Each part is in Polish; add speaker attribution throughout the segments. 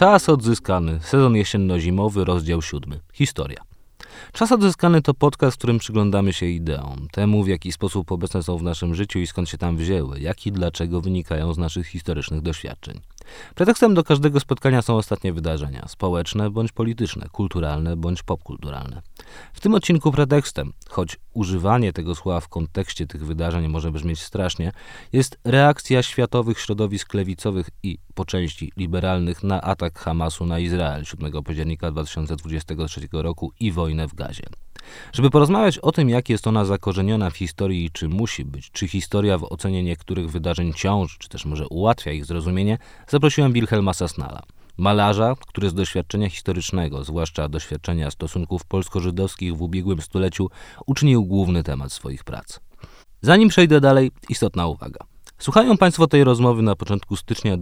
Speaker 1: Czas odzyskany. Sezon jesienno-zimowy, rozdział 7. Historia. Czas odzyskany to podcast, w którym przyglądamy się ideom, temu w jaki sposób obecne są w naszym życiu i skąd się tam wzięły, jak i dlaczego wynikają z naszych historycznych doświadczeń. Pretekstem do każdego spotkania są ostatnie wydarzenia, społeczne bądź polityczne, kulturalne bądź popkulturalne. W tym odcinku pretekstem, choć używanie tego słowa w kontekście tych wydarzeń może brzmieć strasznie, jest reakcja światowych środowisk lewicowych i po części liberalnych na atak Hamasu na Izrael 7 października 2023 roku i wojnę w Gazie. Żeby porozmawiać o tym, jak jest ona zakorzeniona w historii i czy musi być, czy historia w ocenie niektórych wydarzeń ciąży, czy też może ułatwia ich zrozumienie, zaprosiłem Wilhelma Sasnala, malarza, który z doświadczenia historycznego, zwłaszcza doświadczenia stosunków polsko-żydowskich w ubiegłym stuleciu, uczynił główny temat swoich prac. Zanim przejdę dalej, istotna uwaga. Słuchają Państwo tej rozmowy na początku stycznia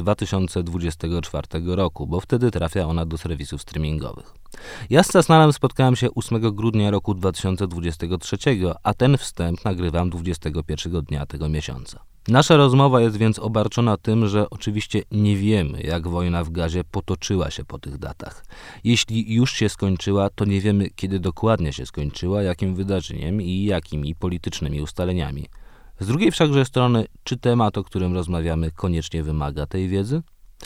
Speaker 1: 2024 roku, bo wtedy trafia ona do serwisów streamingowych. Ja z Sasnalem spotkałem się 8 grudnia roku 2023, a ten wstęp nagrywam 21 dnia tego miesiąca. Nasza rozmowa jest więc obarczona tym, że oczywiście nie wiemy, jak wojna w Gazie potoczyła się po tych datach. Jeśli już się skończyła, to nie wiemy, kiedy dokładnie się skończyła, jakim wydarzeniem i jakimi politycznymi ustaleniami. Z drugiej wszakże strony, czy temat, o którym rozmawiamy, koniecznie wymaga tej wiedzy?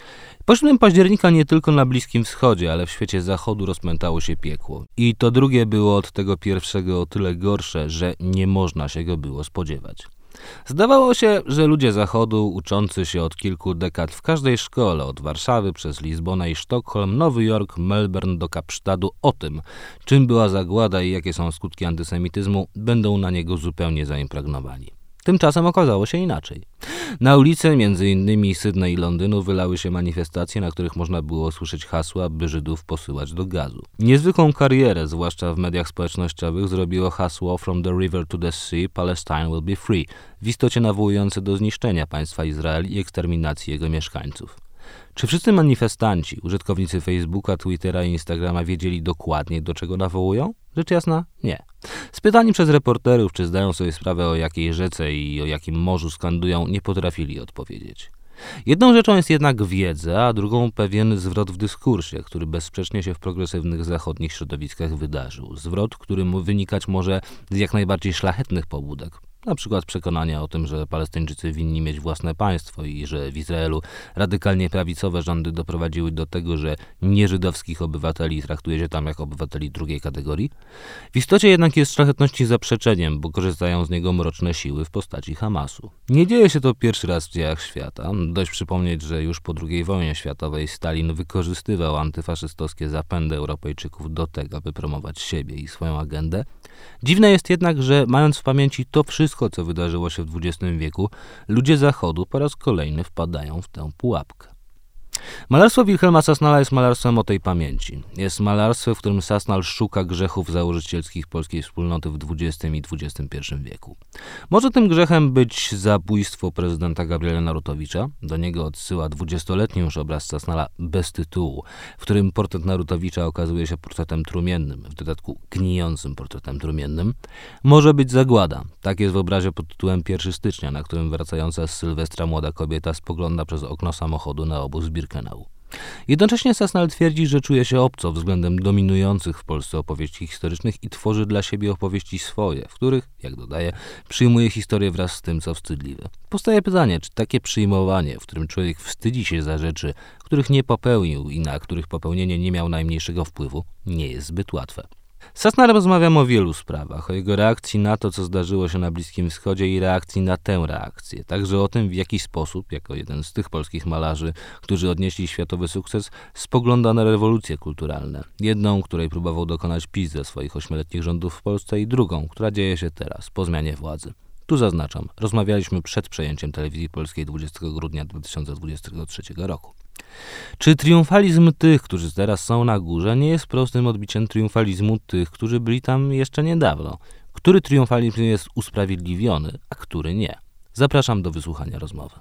Speaker 1: Po 7 października nie tylko na Bliskim Wschodzie, ale w świecie Zachodu rozpętało się piekło. I to drugie było od tego pierwszego o tyle gorsze, że nie można się go było spodziewać. Zdawało się, że ludzie Zachodu, uczący się od kilku dekad w każdej szkole, od Warszawy przez Lizbonę i Sztokholm, Nowy Jork, Melbourne do Kapsztadu, o tym, czym była zagłada i jakie są skutki antysemityzmu, będą na niego zupełnie zaimpregnowani. Tymczasem okazało się inaczej. Na ulice, m.in. Sydney i Londynu, wylały się manifestacje, na których można było słyszeć hasła, by Żydów posyłać do gazu. Niezwykłą karierę, zwłaszcza w mediach społecznościowych, zrobiło hasło From the river to the sea, Palestine will be free, w istocie nawołujące do zniszczenia państwa Izrael i eksterminacji jego mieszkańców. Czy wszyscy manifestanci, użytkownicy Facebooka, Twittera i Instagrama wiedzieli dokładnie, do czego nawołują? Rzecz jasna, nie. Spytani przez reporterów, czy zdają sobie sprawę, o jakiej rzece i o jakim morzu skandują, nie potrafili odpowiedzieć. Jedną rzeczą jest jednak wiedza, a drugą pewien zwrot w dyskursie, który bezsprzecznie się w progresywnych zachodnich środowiskach wydarzył. Zwrot, który wynikać może z jak najbardziej szlachetnych pobudek. Na przykład przekonania o tym, że Palestyńczycy winni mieć własne państwo i że w Izraelu radykalnie prawicowe rządy doprowadziły do tego, że nieżydowskich obywateli traktuje się tam jak obywateli drugiej kategorii. W istocie jednak jest szlachetności zaprzeczeniem, bo korzystają z niego mroczne siły w postaci Hamasu. Nie dzieje się to pierwszy raz w dziejach świata. Dość przypomnieć, że już po II wojnie światowej Stalin wykorzystywał antyfaszystowskie zapędy Europejczyków do tego, by promować siebie i swoją agendę. Dziwne jest jednak, że mając w pamięci to wszystko, co wydarzyło się w XX wieku, ludzie Zachodu po raz kolejny wpadają w tę pułapkę. Malarstwo Wilhelma Sasnala jest malarstwem o tej pamięci. Jest malarstwem, w którym Sasnal szuka grzechów założycielskich polskiej wspólnoty w XX i XXI wieku. Może tym grzechem być zabójstwo prezydenta Gabriela Narutowicza. Do niego odsyła 20-letni już obraz Sasnala bez tytułu, w którym portret Narutowicza okazuje się portretem trumiennym, w dodatku gnijącym portretem trumiennym. Może być zagłada. Tak jest w obrazie pod tytułem 1 stycznia, na którym wracająca z Sylwestra młoda kobieta spogląda przez okno samochodu na obóz Birkenau. Jednocześnie Sasnal twierdzi, że czuje się obco względem dominujących w Polsce opowieści historycznych i tworzy dla siebie opowieści swoje, w których, jak dodaje, przyjmuje historię wraz z tym, co wstydliwe. Powstaje pytanie, czy takie przyjmowanie, w którym człowiek wstydzi się za rzeczy, których nie popełnił i na których popełnienie nie miał najmniejszego wpływu, nie jest zbyt łatwe. Z Sasnalem rozmawiam o wielu sprawach, o jego reakcji na to, co zdarzyło się na Bliskim Wschodzie i reakcji na tę reakcję. Także o tym, w jaki sposób, jako jeden z tych polskich malarzy, którzy odnieśli światowy sukces, spogląda na rewolucje kulturalne. Jedną, której próbował dokonać PiS ze swoich 8-letnich rządów w Polsce i drugą, która dzieje się teraz, po zmianie władzy. Tu zaznaczam, rozmawialiśmy przed przejęciem Telewizji Polskiej 20 grudnia 2023 roku. Czy triumfalizm tych, którzy teraz są na górze, nie jest prostym odbiciem triumfalizmu tych, którzy byli tam jeszcze niedawno? Który triumfalizm jest usprawiedliwiony, a który nie? Zapraszam do wysłuchania rozmowy.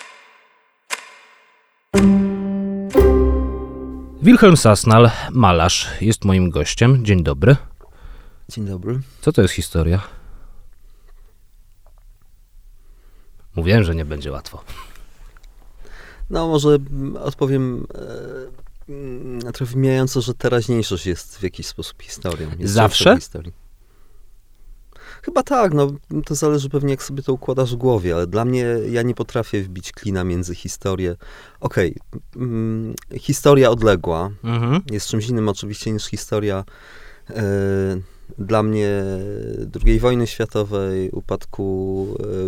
Speaker 1: Wilhelm Sasnal, malarz, jest moim gościem. Dzień dobry.
Speaker 2: Dzień dobry.
Speaker 1: Co to jest historia? Mówiłem, że nie będzie łatwo.
Speaker 2: No może odpowiem trochę wymijające, że teraźniejszość jest w jakiś sposób historią. Jest
Speaker 1: Zawsze?
Speaker 2: Historii. Chyba tak, no to zależy pewnie jak sobie to układasz w głowie, ale dla mnie, ja nie potrafię wbić klina między historię. Historia odległa jest czymś innym oczywiście niż historia dla mnie II wojny światowej, upadku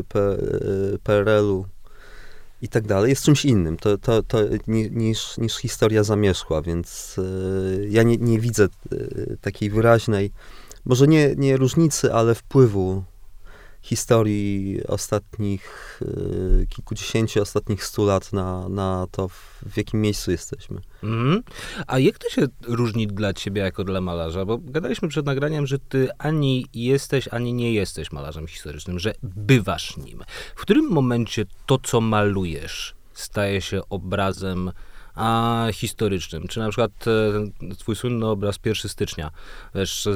Speaker 2: PRL-u i tak dalej, jest czymś innym niż historia zamierzchła, więc ja nie widzę takiej wyraźnej, może nie różnicy, ale wpływu historii ostatnich kilkudziesięciu, ostatnich 100 lat na to, w jakim miejscu jesteśmy.
Speaker 1: A jak to się różni dla ciebie jako dla malarza? Bo gadaliśmy przed nagraniem, że ty ani jesteś, ani nie jesteś malarzem historycznym, że bywasz nim. W którym momencie to, co malujesz, staje się obrazem historycznym? Czy na przykład twój słynny obraz 1 stycznia, wiesz,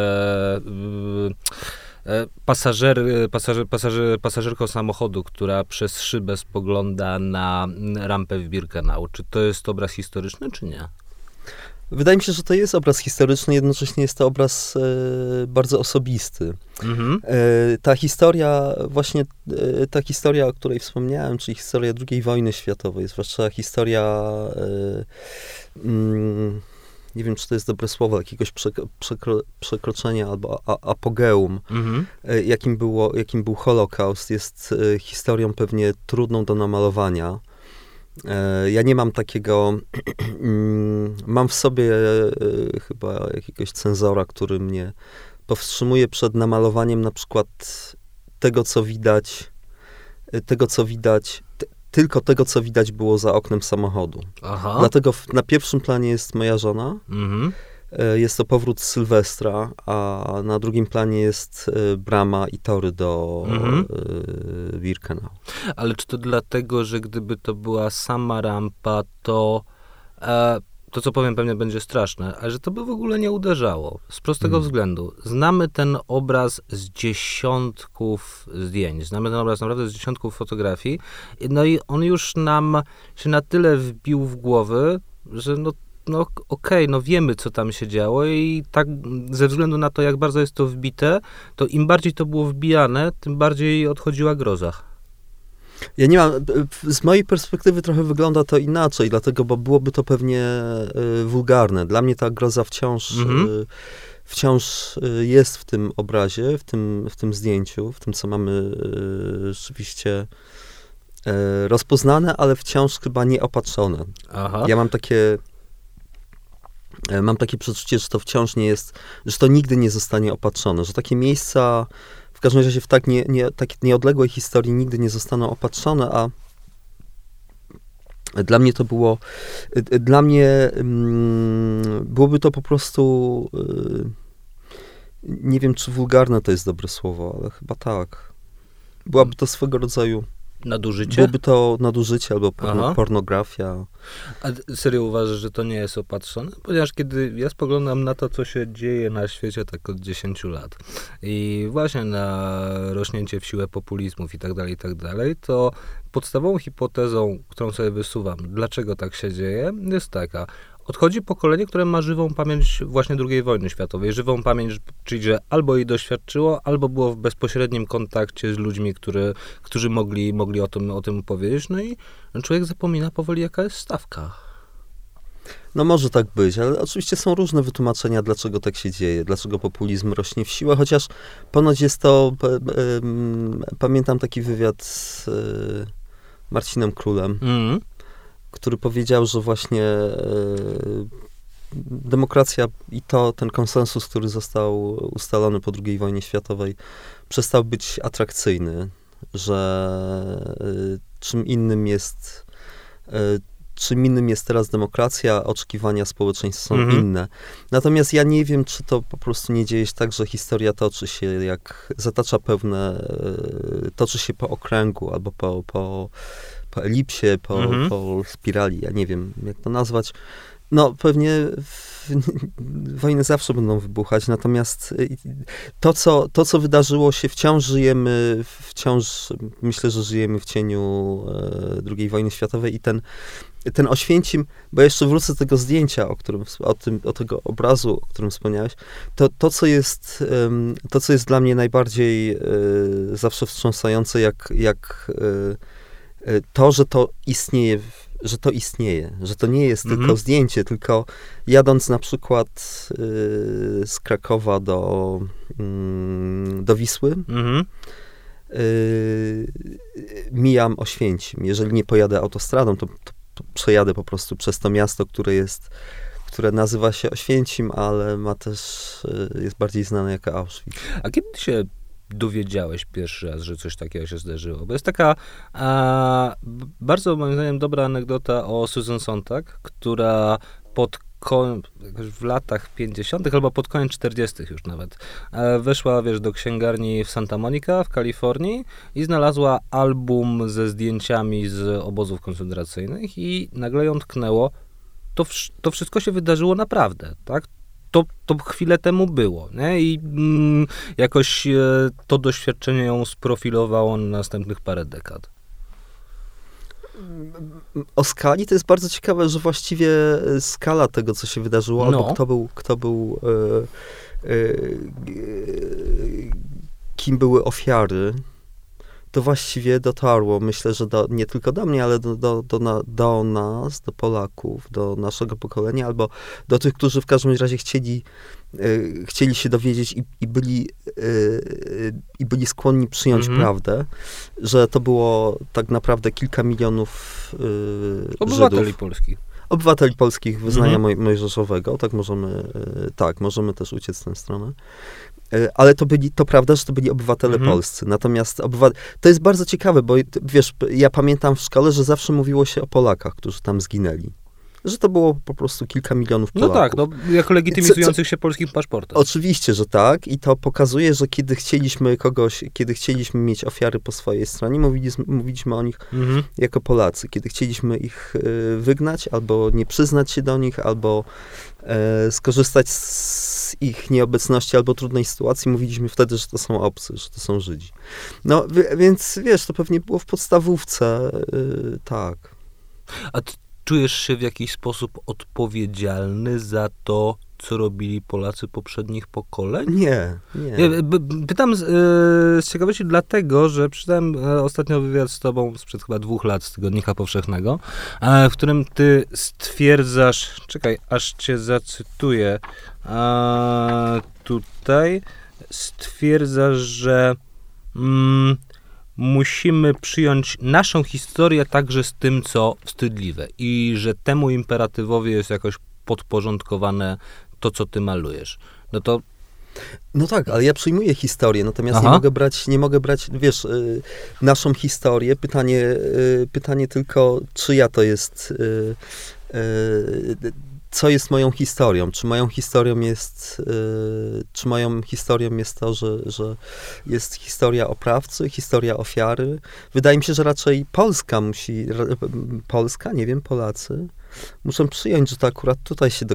Speaker 1: pasażerką samochodu, która przez szybę spogląda na rampę w Birkenau. Czy to jest obraz historyczny, czy nie?
Speaker 2: Wydaje mi się, że to jest obraz historyczny, jednocześnie jest to obraz bardzo osobisty. Ta historia, o której wspomniałem, czyli historia II wojny światowej, zwłaszcza historia, nie wiem, czy to jest dobre słowo, jakiegoś przekroczenia albo apogeum, jakim był Holokaust, jest historią pewnie trudną do namalowania. Ja nie mam takiego, mam w sobie chyba jakiegoś cenzora, który mnie powstrzymuje przed namalowaniem na przykład tego, co widać, tylko tego, co widać było za oknem samochodu.
Speaker 1: Aha.
Speaker 2: Dlatego na pierwszym planie jest moja żona, jest to powrót Sylwestra, a na drugim planie jest brama i tory do Birkenau.
Speaker 1: Ale czy to dlatego, że gdyby to była sama rampa, to co powiem pewnie będzie straszne, ale że to by w ogóle nie uderzało. Z prostego względu. Znamy ten obraz z dziesiątków zdjęć. Znamy ten obraz naprawdę z dziesiątków fotografii. No i on już nam się na tyle wbił w głowy, że okej, wiemy, co tam się działo i tak ze względu na to, jak bardzo jest to wbite, to im bardziej to było wbijane, tym bardziej odchodziła groza.
Speaker 2: Ja nie mam, z mojej perspektywy trochę wygląda to inaczej, dlatego, bo byłoby to pewnie wulgarne. Dla mnie ta groza wciąż jest w tym obrazie, w tym zdjęciu, w tym, co mamy rzeczywiście rozpoznane, ale wciąż chyba nieopatrzone.
Speaker 1: Aha.
Speaker 2: Ja mam takie przeczucie, że to wciąż nie jest, że to nigdy nie zostanie opatrzone, że takie miejsca w każdym razie w tak nieodległej historii nigdy nie zostaną opatrzone, a dla mnie to było, byłoby to po prostu, nie wiem, czy wulgarne to jest dobre słowo, ale chyba tak. Byłaby to swego rodzaju
Speaker 1: nadużycie?
Speaker 2: Byłoby to nadużycie albo pornografia.
Speaker 1: A serio uważasz, że to nie jest opatrzone? Ponieważ kiedy ja spoglądam na to, co się dzieje na świecie tak od 10 lat i właśnie na rośnięcie w siłę populizmów i tak dalej, to podstawową hipotezą, którą sobie wysuwam, dlaczego tak się dzieje, jest taka. Odchodzi pokolenie, które ma żywą pamięć właśnie II wojny światowej. Żywą pamięć, czyli że albo jej doświadczyło, albo było w bezpośrednim kontakcie z ludźmi, którzy mogli o tym powiedzieć. No i człowiek zapomina powoli, jaka jest stawka.
Speaker 2: No może tak być, ale oczywiście są różne wytłumaczenia, dlaczego tak się dzieje, dlaczego populizm rośnie w siłę, chociaż ponoć jest to, pamiętam taki wywiad z Marcinem Królem, który powiedział, że właśnie demokracja i ten konsensus, który został ustalony po II wojnie światowej, przestał być atrakcyjny, że czym innym jest teraz demokracja, oczekiwania społeczeństw są inne. Natomiast ja nie wiem, czy to po prostu nie dzieje się tak, że historia toczy się toczy się po okręgu albo po elipsie, po spirali, ja nie wiem, jak to nazwać. No, pewnie wojny zawsze będą wybuchać, natomiast to, co wydarzyło się, myślę, że żyjemy w cieniu II wojny światowej i ten Oświęcim, bo jeszcze wrócę do tego zdjęcia, o tego obrazu, o którym wspomniałeś, to, co jest dla mnie najbardziej zawsze wstrząsające, jak to, że to istnieje, że to nie jest tylko zdjęcie, tylko jadąc na przykład z Krakowa do Wisły, mijam Oświęcim. Jeżeli nie pojadę autostradą, to przejadę po prostu przez to miasto, które nazywa się Oświęcim, ale jest bardziej znane jako Auschwitz.
Speaker 1: A kiedy ty się dowiedziałeś pierwszy raz, że coś takiego się zdarzyło? Bo jest taka bardzo, moim zdaniem, dobra anegdota o Susan Sontag, która w latach 50. albo pod koniec 40. już nawet, weszła, do księgarni w Santa Monica w Kalifornii i znalazła album ze zdjęciami z obozów koncentracyjnych i nagle ją tknęło. To wszystko się wydarzyło naprawdę, tak? To chwilę temu było, nie? I jakoś to doświadczenie ją sprofilowało na następnych parę dekad.
Speaker 2: O skali to jest bardzo ciekawe, że właściwie skala tego, co się wydarzyło, albo kto był kim były ofiary, to właściwie dotarło, myślę, że nie tylko do mnie, ale do nas, do Polaków, do naszego pokolenia, albo do tych, którzy w każdym razie chcieli się dowiedzieć i byli skłonni przyjąć prawdę, że to było tak naprawdę kilka milionów
Speaker 1: obywateli
Speaker 2: Żydów.
Speaker 1: polskich.
Speaker 2: Obywateli polskich wyznania mojżeszowego, tak, możemy też uciec w tę stronę. Ale to prawda, że to byli obywatele polscy. Natomiast to jest bardzo ciekawe, bo wiesz, ja pamiętam w szkole, że zawsze mówiło się o Polakach, którzy tam zginęli. Że to było po prostu kilka milionów Polaków.
Speaker 1: No tak, jako legitymizujących się polskim paszportem.
Speaker 2: Oczywiście, że tak. I to pokazuje, że kiedy chcieliśmy mieć ofiary po swojej stronie, mówiliśmy o nich jako Polacy. Kiedy chcieliśmy ich wygnać, albo nie przyznać się do nich, albo skorzystać z ich nieobecności, albo trudnej sytuacji, mówiliśmy wtedy, że to są obcy, że to są Żydzi. No, więc wiesz, to pewnie było w podstawówce, tak.
Speaker 1: A czujesz się w jakiś sposób odpowiedzialny za to, co robili Polacy poprzednich pokoleń?
Speaker 2: Nie.
Speaker 1: Pytam z ciekawości dlatego, że przeczytałem ostatnio wywiad z tobą sprzed chyba 2 lat z Tygodnika Powszechnego, w którym ty stwierdzasz, czekaj, aż cię zacytuję, tutaj stwierdzasz, że musimy przyjąć naszą historię także z tym, co wstydliwe i że temu imperatywowi jest jakoś podporządkowane to, co ty malujesz.
Speaker 2: No tak, ale ja przyjmuję historię, natomiast nie mogę brać, wiesz, naszą historię. Pytanie tylko, czyja to jest, co jest moją historią? Czy moją historią jest to, że jest historia oprawcy, historia ofiary? Wydaje mi się, że raczej Polacy muszą przyjąć, że to akurat tutaj się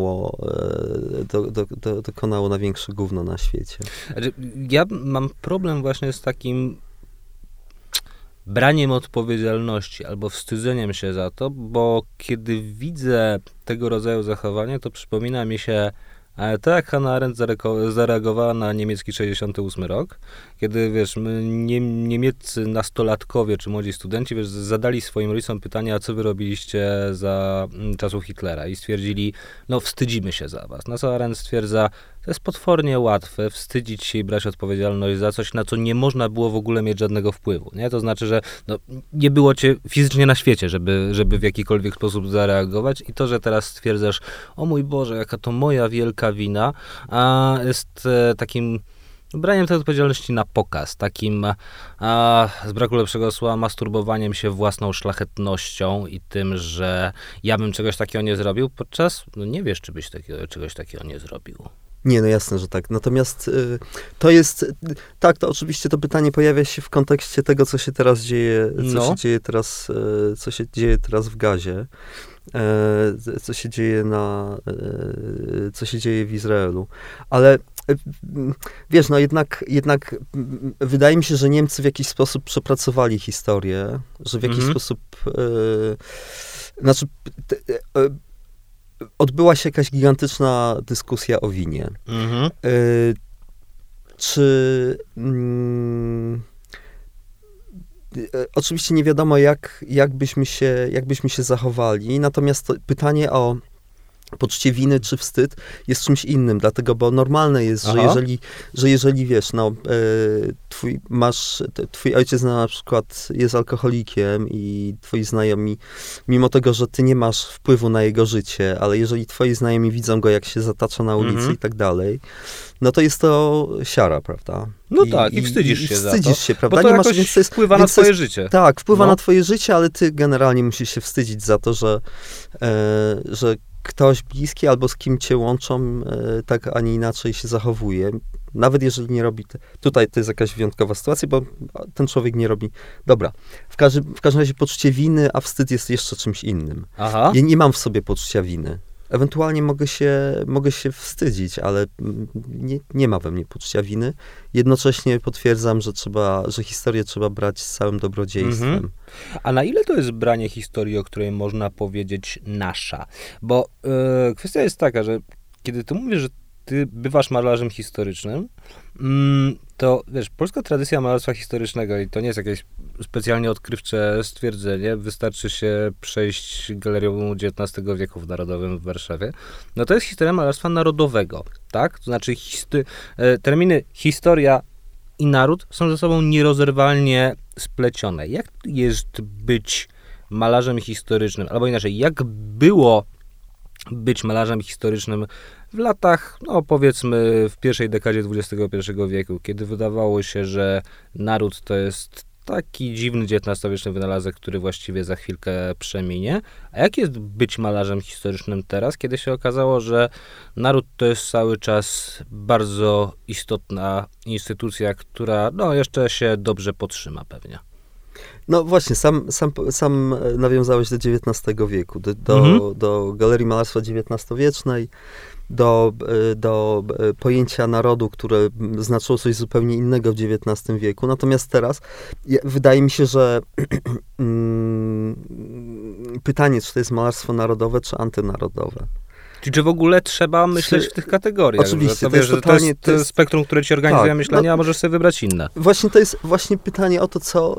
Speaker 2: dokonało największe gówno na świecie.
Speaker 1: Ja mam problem właśnie z takim braniem odpowiedzialności albo wstydzeniem się za to, bo kiedy widzę tego rodzaju zachowanie, to przypomina mi się to, jak Hannah Arendt zareagowała na niemiecki 68 rok, kiedy, wiesz, niemieccy nastolatkowie czy młodzi studenci, wiesz, zadali swoim rodzicom pytanie, a co wy robiliście za czasów Hitlera? I stwierdzili, no wstydzimy się za was. Na co Arendt stwierdza, to jest potwornie łatwe wstydzić się i brać odpowiedzialność za coś, na co nie można było w ogóle mieć żadnego wpływu. Nie? To znaczy, że nie było cię fizycznie na świecie, żeby w jakikolwiek sposób zareagować i to, że teraz stwierdzasz, o mój Boże, jaka to moja wielka wina, jest takim braniem tej odpowiedzialności na pokaz, takim z braku lepszego słowa masturbowaniem się własną szlachetnością i tym, że ja bym czegoś takiego nie zrobił, podczas nie wiesz, czy byś czegoś takiego nie zrobił.
Speaker 2: Nie, no jasne, że tak. Natomiast to jest, tak, to oczywiście to pytanie pojawia się w kontekście tego, co się teraz dzieje, co się dzieje teraz w Gazie. co się dzieje co się dzieje w Izraelu. Ale wiesz, no jednak wydaje mi się, że Niemcy w jakiś sposób przepracowali historię, że w jakiś sposób odbyła się jakaś gigantyczna dyskusja o winie. Oczywiście nie wiadomo, jak byśmy się zachowali, natomiast pytanie o poczucie winy czy wstyd jest czymś innym, dlatego, bo normalne jest, że jeżeli wiesz, no, twój ojciec na przykład jest alkoholikiem i twoi znajomi, mimo tego, że ty nie masz wpływu na jego życie, ale jeżeli twoi znajomi widzą go, jak się zatacza na ulicy i tak dalej, no to jest to siara, prawda?
Speaker 1: No i wstydzisz się za to.
Speaker 2: Wstydzisz się, prawda?
Speaker 1: Bo to jakoś wpływa na twoje życie.
Speaker 2: Tak, wpływa na twoje życie, ale ty generalnie musisz się wstydzić za to, że ktoś bliski albo z kim cię łączą, tak, a nie inaczej się zachowuje. Nawet jeżeli nie robi... Tutaj to jest jakaś wyjątkowa sytuacja, bo ten człowiek nie robi... Dobra. W każdym razie poczucie winy, a wstyd jest jeszcze czymś innym. Ja nie mam w sobie poczucia winy. Ewentualnie mogę się wstydzić, ale nie ma we mnie poczucia winy. Jednocześnie potwierdzam, że historię trzeba brać z całym dobrodziejstwem.
Speaker 1: A na ile to jest branie historii, o której można powiedzieć nasza? Bo kwestia jest taka, że kiedy ty mówisz, że ty bywasz malarzem historycznym, to wiesz, polska tradycja malarstwa historycznego, i to nie jest jakieś specjalnie odkrywcze stwierdzenie, wystarczy się przejść galerią XIX wieku w Narodowym w Warszawie, no to jest historia malarstwa narodowego, tak? To znaczy terminy historia i naród są ze sobą nierozerwalnie splecione. Jak jest być malarzem historycznym, albo inaczej, jak było być malarzem historycznym w latach, no powiedzmy w pierwszej dekadzie XXI wieku, kiedy wydawało się, że naród to jest taki dziwny XIX-wieczny wynalazek, który właściwie za chwilkę przeminie. A jak jest być malarzem historycznym teraz, kiedy się okazało, że naród to jest cały czas bardzo istotna instytucja, która no jeszcze się dobrze podtrzyma pewnie?
Speaker 2: No właśnie, sam nawiązałeś do XIX wieku, do Galerii Malarstwa XIX-wiecznej, do pojęcia narodu, które znaczyło coś zupełnie innego w XIX wieku. Natomiast teraz wydaje mi się, że pytanie, czy to jest malarstwo narodowe, czy antynarodowe.
Speaker 1: Czyli czy w ogóle trzeba myśleć w tych kategoriach?
Speaker 2: Oczywiście.
Speaker 1: To jest spektrum, które ci organizuje tak, myślenie, a możesz sobie wybrać inne.
Speaker 2: Właśnie to jest pytanie o to,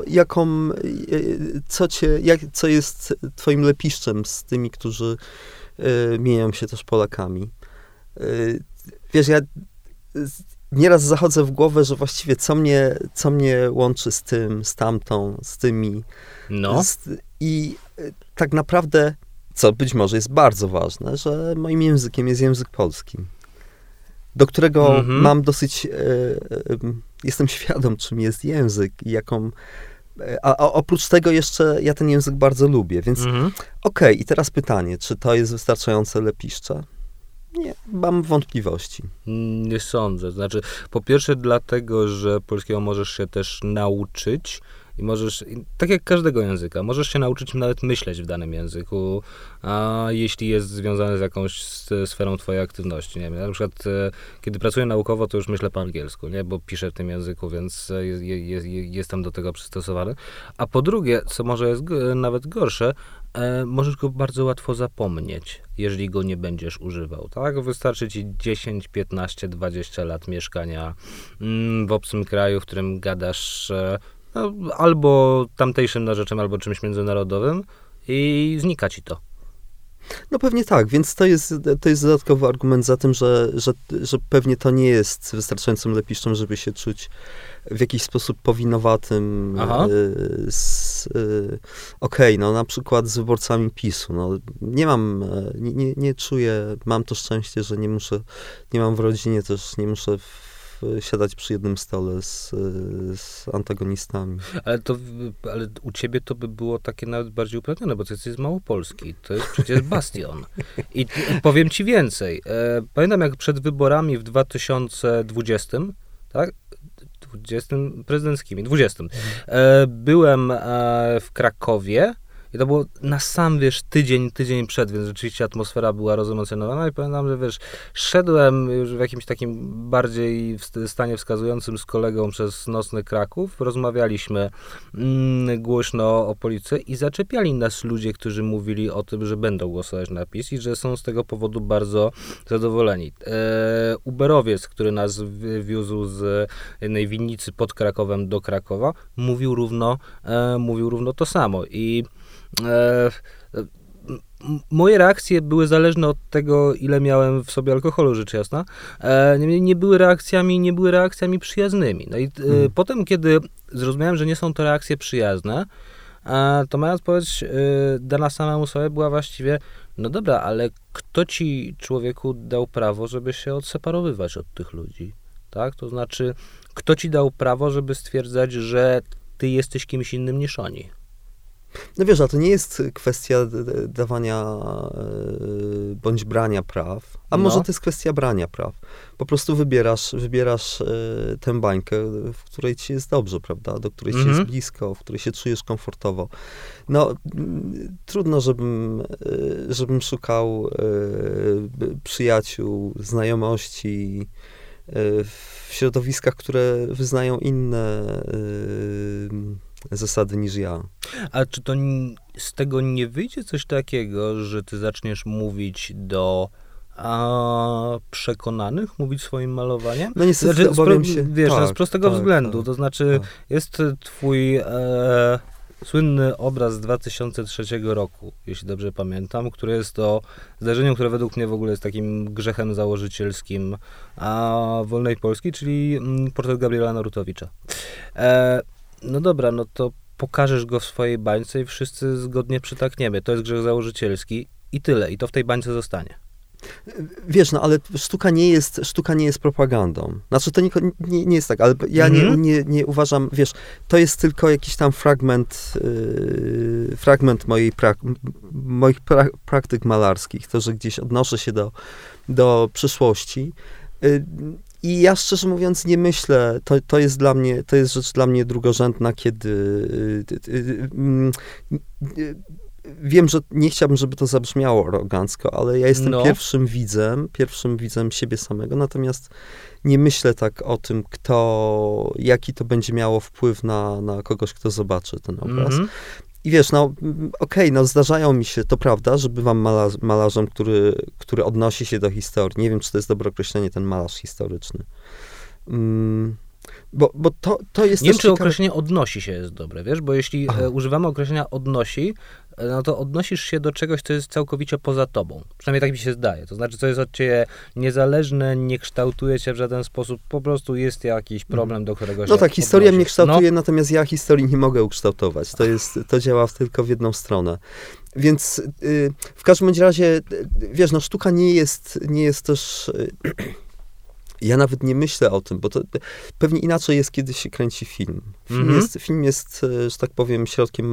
Speaker 2: co jest twoim lepiszczem z tymi, którzy mienią się też Polakami. Wiesz, ja nieraz zachodzę w głowę, że właściwie co mnie łączy z tym, z tamtą, z tymi.
Speaker 1: No.
Speaker 2: I tak naprawdę, co być może jest bardzo ważne, że moim językiem jest język polski, do którego mam dosyć, jestem świadom, czym jest język i jaką, a oprócz tego jeszcze ja ten język bardzo lubię, więc okej, i teraz pytanie, czy to jest wystarczające lepiszcze? Nie, mam wątpliwości.
Speaker 1: Nie sądzę. Znaczy, po pierwsze dlatego, że polskiego możesz się też nauczyć i możesz, tak jak każdego języka, możesz się nauczyć nawet myśleć w danym języku, a jeśli jest związany z jakąś sferą twojej aktywności. Nie wiem, na przykład kiedy pracuję naukowo, to już myślę po angielsku, nie? Bo piszę w tym języku, więc jestem do tego przystosowany. A po drugie, co może jest nawet gorsze, możesz go bardzo łatwo zapomnieć, jeżeli go nie będziesz używał, tak? Wystarczy ci 10, 15, 20 lat mieszkania w obcym kraju, w którym gadasz albo tamtejszym narzeczem, albo czymś międzynarodowym i znika ci to.
Speaker 2: No pewnie tak, więc to jest dodatkowy argument za tym, że pewnie to nie jest wystarczającym lepiszczem, żeby się czuć w jakiś sposób powinowatym. Okej, no na przykład z wyborcami PiS-u. No, nie czuję, mam to szczęście, że nie mam w rodzinie też, nie muszę siadać przy jednym stole z antagonistami.
Speaker 1: Ale u ciebie to by było takie nawet bardziej uprawnione, bo to jest z Małopolski. To jest przecież bastion. I powiem ci więcej. Pamiętam, jak przed wyborami w 2020, tak? 20 prezydenckimi, 20. Byłem w Krakowie. I to było na sam, tydzień przed, więc rzeczywiście atmosfera była rozemocjonowana i pamiętam, że szedłem już w jakimś takim bardziej stanie wskazującym z kolegą przez nocny Kraków, rozmawialiśmy głośno o policji i zaczepiali nas ludzie, którzy mówili o tym, że będą głosować na PiS i że są z tego powodu bardzo zadowoleni. Uberowiec, który nas wiózł z jednej winnicy pod Krakowem do Krakowa, mówił równo to samo i moje reakcje były zależne od tego, ile miałem w sobie alkoholu, rzecz jasna. Nie były reakcjami przyjaznymi. No i potem, kiedy zrozumiałem, że nie są to reakcje przyjazne, to moja odpowiedź dana samemu sobie była właściwie, no dobra, ale kto ci, człowieku, dał prawo, żeby się odseparowywać od tych ludzi? Tak? To znaczy, kto ci dał prawo, żeby stwierdzać, że ty jesteś kimś innym niż oni?
Speaker 2: No wiesz, a to nie jest kwestia dawania bądź brania praw, a może to jest kwestia brania praw. Po prostu wybierasz tę bańkę, w której ci jest dobrze, prawda? Do której ci jest blisko, w której się czujesz komfortowo. No, trudno, żebym szukał przyjaciół, znajomości w środowiskach, które wyznają inne zasady niż ja.
Speaker 1: A czy to z tego nie wyjdzie coś takiego, że ty zaczniesz mówić do przekonanych, mówić swoim malowaniem?
Speaker 2: No niestety obawiam się.
Speaker 1: Z prostego względu. To znaczy, jest twój słynny obraz z 2003 roku, jeśli dobrze pamiętam, który jest to zdarzeniem, które według mnie w ogóle jest takim grzechem założycielskim wolnej Polski, czyli portret Gabriela Narutowicza. No dobra, no to pokażesz go w swojej bańce i wszyscy zgodnie przytakniemy. To jest grzech założycielski i tyle. I to w tej bańce zostanie.
Speaker 2: Wiesz, no ale sztuka nie jest propagandą. Znaczy to nie jest tak, ale ja nie uważam, wiesz, to jest tylko jakiś tam fragment moich praktyk malarskich. To, że gdzieś odnoszę się do przyszłości. I ja szczerze mówiąc nie myślę, to jest rzecz dla mnie drugorzędna, kiedy wiem, że nie chciałbym, żeby to zabrzmiało arogancko, ale ja jestem pierwszym widzem siebie samego, natomiast nie myślę tak o tym, jaki to będzie miało wpływ na kogoś, kto zobaczy ten obraz. I wiesz, zdarzają mi się, to prawda, że bywam malarzem, który odnosi się do historii. Nie wiem, czy to jest dobre określenie, ten malarz historyczny. Bo to jest
Speaker 1: nie wiem, czy określenie odnosi się jest dobre, wiesz, bo jeśli używamy określenia odnosi, no to odnosisz się do czegoś, co jest całkowicie poza tobą. Przynajmniej tak mi się zdaje. To znaczy, co jest od ciebie niezależne, nie kształtuje cię w żaden sposób, po prostu jest jakiś problem, do którego się
Speaker 2: no tak, historia mnie kształtuje, natomiast ja historii nie mogę ukształtować. To działa tylko w jedną stronę. Więc w każdym razie, wiesz, sztuka nie jest też... Ja nawet nie myślę o tym, bo to pewnie inaczej jest, kiedy się kręci film. Film jest, że tak powiem, środkiem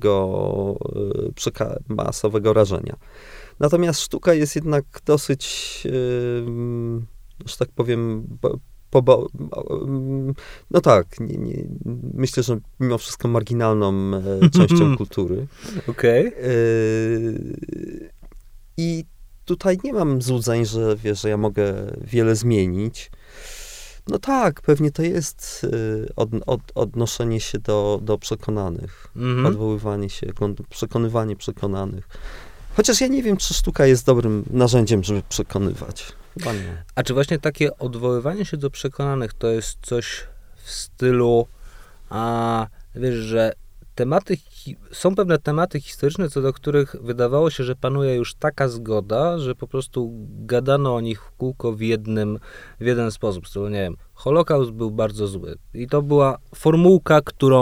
Speaker 2: masowego rażenia. Natomiast sztuka jest jednak dosyć, że tak powiem, myślę, że mimo wszystko marginalną częścią kultury.
Speaker 1: Okej.
Speaker 2: I tutaj nie mam złudzeń, że wiesz, że ja mogę wiele zmienić. No tak, pewnie to jest odnoszenie się do przekonanych, odwoływanie się, przekonywanie przekonanych. Chociaż ja nie wiem, czy sztuka jest dobrym narzędziem, żeby przekonywać. Chyba nie.
Speaker 1: A czy właśnie takie odwoływanie się do przekonanych to jest coś w stylu, wiesz, że są pewne tematy historyczne, co do których wydawało się, że panuje już taka zgoda, że po prostu gadano o nich w kółko w jeden sposób. W stylu, nie wiem, Holokaust był bardzo zły. I to była formułka,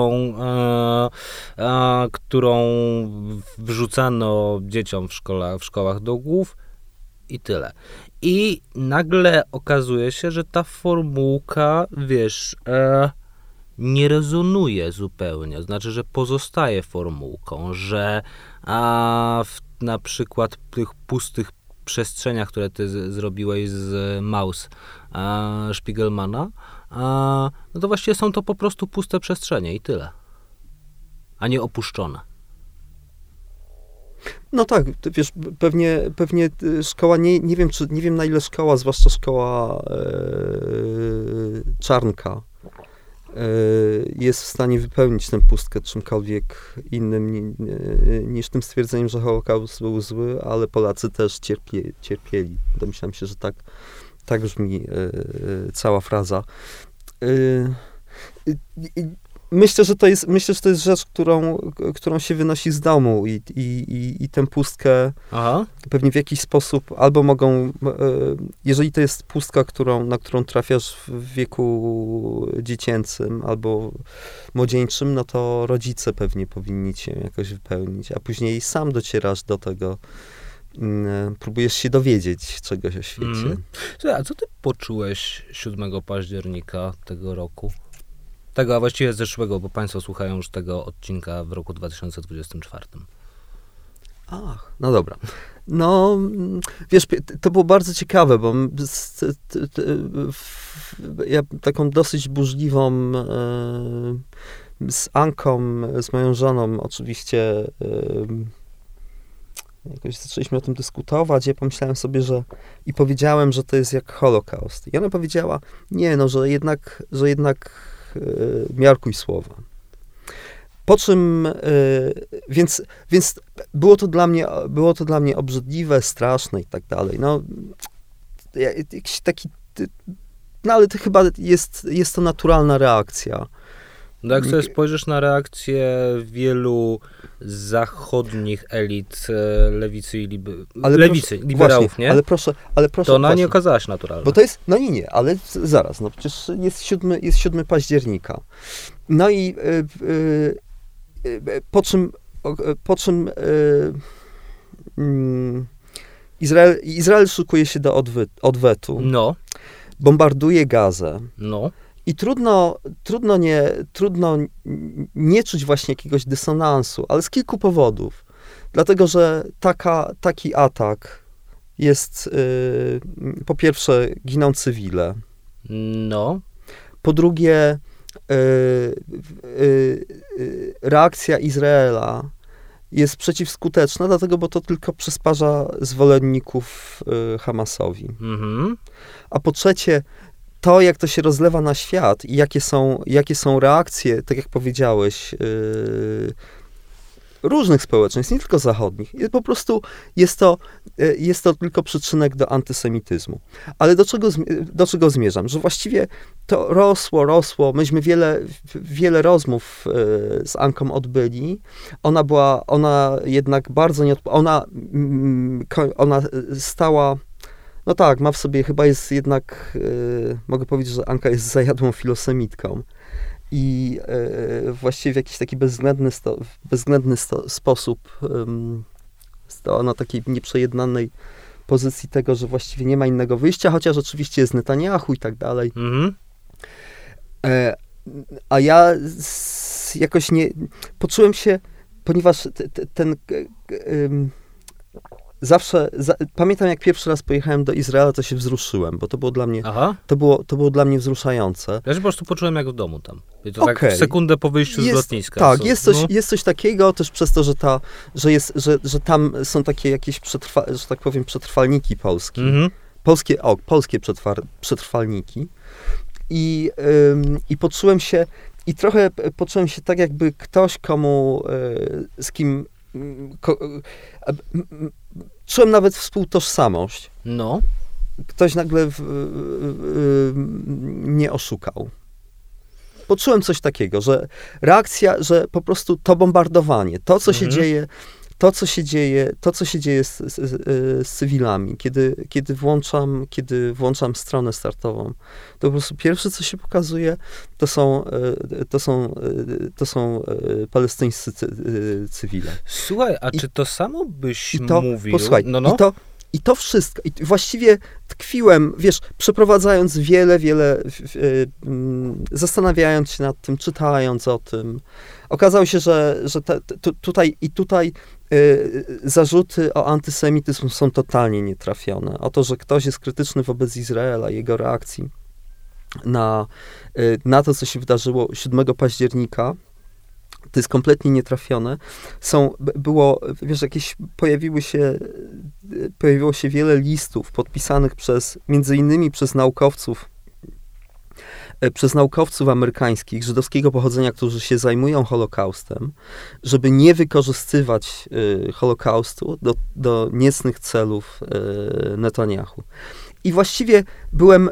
Speaker 1: którą wrzucano dzieciom w szkołach do głów i tyle. I nagle okazuje się, że ta formułka, wiesz... nie rezonuje zupełnie, znaczy, że pozostaje formułką, że na przykład w tych pustych przestrzeniach, które ty zrobiłeś z Maus Spiegelmana, no to właściwie są to po prostu puste przestrzenie i tyle, a nie opuszczone.
Speaker 2: No tak, wiesz, pewnie szkoła, nie wiem na ile szkoła, zwłaszcza szkoła Czarnka, jest w stanie wypełnić tę pustkę czymkolwiek innym niż tym stwierdzeniem, że Holokaust był zły, ale Polacy też cierpieli. Domyślam się, że tak brzmi cała fraza. Myślę, że to jest rzecz, którą się wynosi z domu i tę pustkę pewnie w jakiś sposób albo mogą, jeżeli to jest pustka, na którą trafiasz w wieku dziecięcym albo młodzieńczym, no to rodzice pewnie powinni cię jakoś wypełnić, a później sam docierasz do tego, próbujesz się dowiedzieć czegoś o świecie.
Speaker 1: Słuchaj, a co ty poczułeś 7 października tego roku? A właściwie zeszłego, bo państwo słuchają już tego odcinka w roku 2024.
Speaker 2: Ach, no dobra. No, wiesz, to było bardzo ciekawe, bo ja taką dosyć burzliwą z Anką, z moją żoną oczywiście jakoś zaczęliśmy o tym dyskutować. Ja pomyślałem sobie, i powiedziałem, że to jest jak Holokaust. I ona powiedziała, nie, no, że jednak miarkuj słowa. Po czym, więc było to dla mnie obrzydliwe, straszne i tak dalej. No, jakiś taki, no ale to chyba jest to naturalna reakcja.
Speaker 1: No jak sobie spojrzysz na reakcję wielu zachodnich elit lewicy i liberałów,
Speaker 2: właśnie,
Speaker 1: nie?
Speaker 2: Ale proszę,
Speaker 1: to ona
Speaker 2: właśnie,
Speaker 1: nie okazała się naturalna.
Speaker 2: Bo to jest, no nie, ale zaraz, no przecież jest 7 października. No i po czym Izrael szykuje się do odwetu.
Speaker 1: No.
Speaker 2: Bombarduje Gazę.
Speaker 1: No.
Speaker 2: I trudno nie czuć właśnie jakiegoś dysonansu, ale z kilku powodów. Dlatego, że taki atak jest, po pierwsze, giną cywile.
Speaker 1: No.
Speaker 2: Po drugie, reakcja Izraela jest przeciwskuteczna, dlatego, bo to tylko przysparza zwolenników Hamasowi.
Speaker 1: Mhm.
Speaker 2: A po trzecie, to, jak to się rozlewa na świat i jakie są reakcje, tak jak powiedziałeś, różnych społeczeństw, nie tylko zachodnich. Po prostu jest to tylko przyczynek do antysemityzmu. Ale do czego zmierzam? Że właściwie to rosło. Myśmy wiele rozmów z Anką odbyli. Ona jednak bardzo ona stała. No tak, ma w sobie, chyba jest jednak, mogę powiedzieć, że Anka jest zajadłą filosemitką. I właściwie w jakiś taki bezwzględny sposób stała na takiej nieprzejednanej pozycji tego, że właściwie nie ma innego wyjścia, chociaż oczywiście jest Netanyahu i tak dalej.
Speaker 1: Mhm.
Speaker 2: A ja jakoś nie... Poczułem się, ponieważ pamiętam, jak pierwszy raz pojechałem do Izraela, to się wzruszyłem, bo to było dla mnie, to było dla mnie wzruszające.
Speaker 1: Ja się po prostu poczułem jak w domu tam. I to tak w sekundę po wyjściu z lotniska.
Speaker 2: Tak, jest coś takiego, też przez to, że tam są takie jakieś, że tak powiem, przetrwalniki polskie.
Speaker 1: Mhm.
Speaker 2: Polskie przetrwalniki. I poczułem się, tak, jakby ktoś, z kim czułem nawet współtożsamość.
Speaker 1: No.
Speaker 2: Ktoś nagle mnie oszukał. Poczułem coś takiego, że reakcja, że po prostu to bombardowanie, to, co się dzieje, to, co się dzieje z cywilami, kiedy włączam stronę startową, to po prostu pierwsze, co się pokazuje, to są palestyńscy cywile.
Speaker 1: Słuchaj, a czy to samo byś mówił?
Speaker 2: Posłuchaj, I to wszystko, i właściwie tkwiłem, wiesz, przeprowadzając wiele, zastanawiając się nad tym, czytając o tym. Okazało się, że tutaj zarzuty o antysemityzm są totalnie nietrafione. O to, że ktoś jest krytyczny wobec Izraela, jego reakcji na to, co się wydarzyło 7 października, to jest kompletnie nietrafione. Pojawiło się wiele listów podpisanych między innymi przez naukowców amerykańskich, żydowskiego pochodzenia, którzy się zajmują Holokaustem, żeby nie wykorzystywać Holokaustu do niecnych celów Netanyahu. I właściwie byłem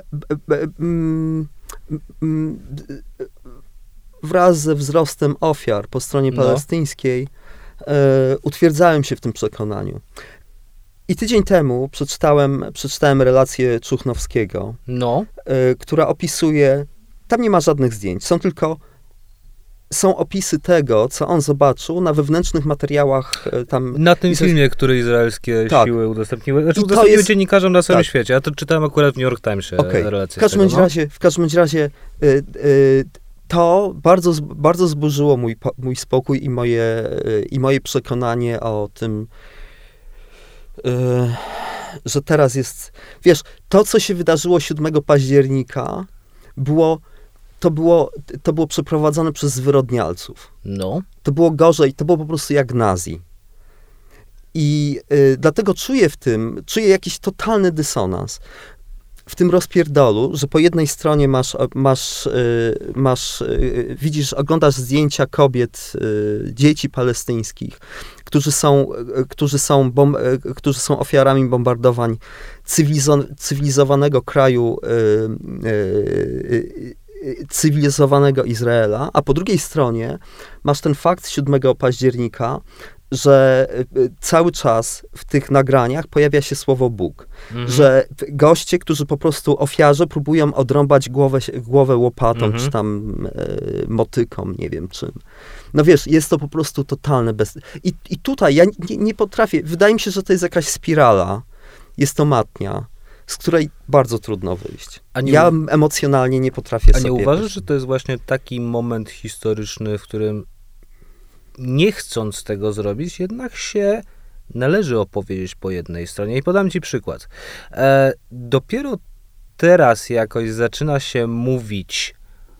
Speaker 2: wraz ze wzrostem ofiar po stronie palestyńskiej utwierdzałem się w tym przekonaniu. I tydzień temu przeczytałem relację Czuchnowskiego, która opisuje, tam nie ma żadnych zdjęć, są opisy tego, co on zobaczył na wewnętrznych materiałach tam.
Speaker 1: Na tym filmie, który izraelskie siły udostępniły. Znaczy udostępniły dziennikarzom na całym świecie. Ja to czytałem akurat w New York Timesie relację.
Speaker 2: W każdym razie to bardzo zburzyło mój spokój i moje przekonanie o tym, że teraz jest... Wiesz, to, co się wydarzyło 7 października, to było przeprowadzone przez zwyrodnialców. To było gorzej, to było po prostu jak Nazi. I dlatego czuję jakiś totalny dysonans w tym rozpierdolu, że po jednej stronie oglądasz zdjęcia kobiet, dzieci palestyńskich, którzy są ofiarami bombardowań cywilizowanego kraju, cywilizowanego Izraela, a po drugiej stronie masz ten fakt 7 października, że cały czas w tych nagraniach pojawia się słowo Bóg. Że goście, którzy po prostu ofiarze próbują odrąbać głowę łopatą, czy tam motyką, nie wiem czym. No wiesz, jest to po prostu totalne I tutaj ja nie potrafię, wydaje mi się, że to jest jakaś spirala, jest to matnia, z której bardzo trudno wyjść. Ja emocjonalnie nie potrafię sobie...
Speaker 1: A nie uważasz, że to jest właśnie taki moment historyczny, w którym nie chcąc tego zrobić, jednak się należy opowiedzieć po jednej stronie. I podam ci przykład. Dopiero teraz jakoś zaczyna się mówić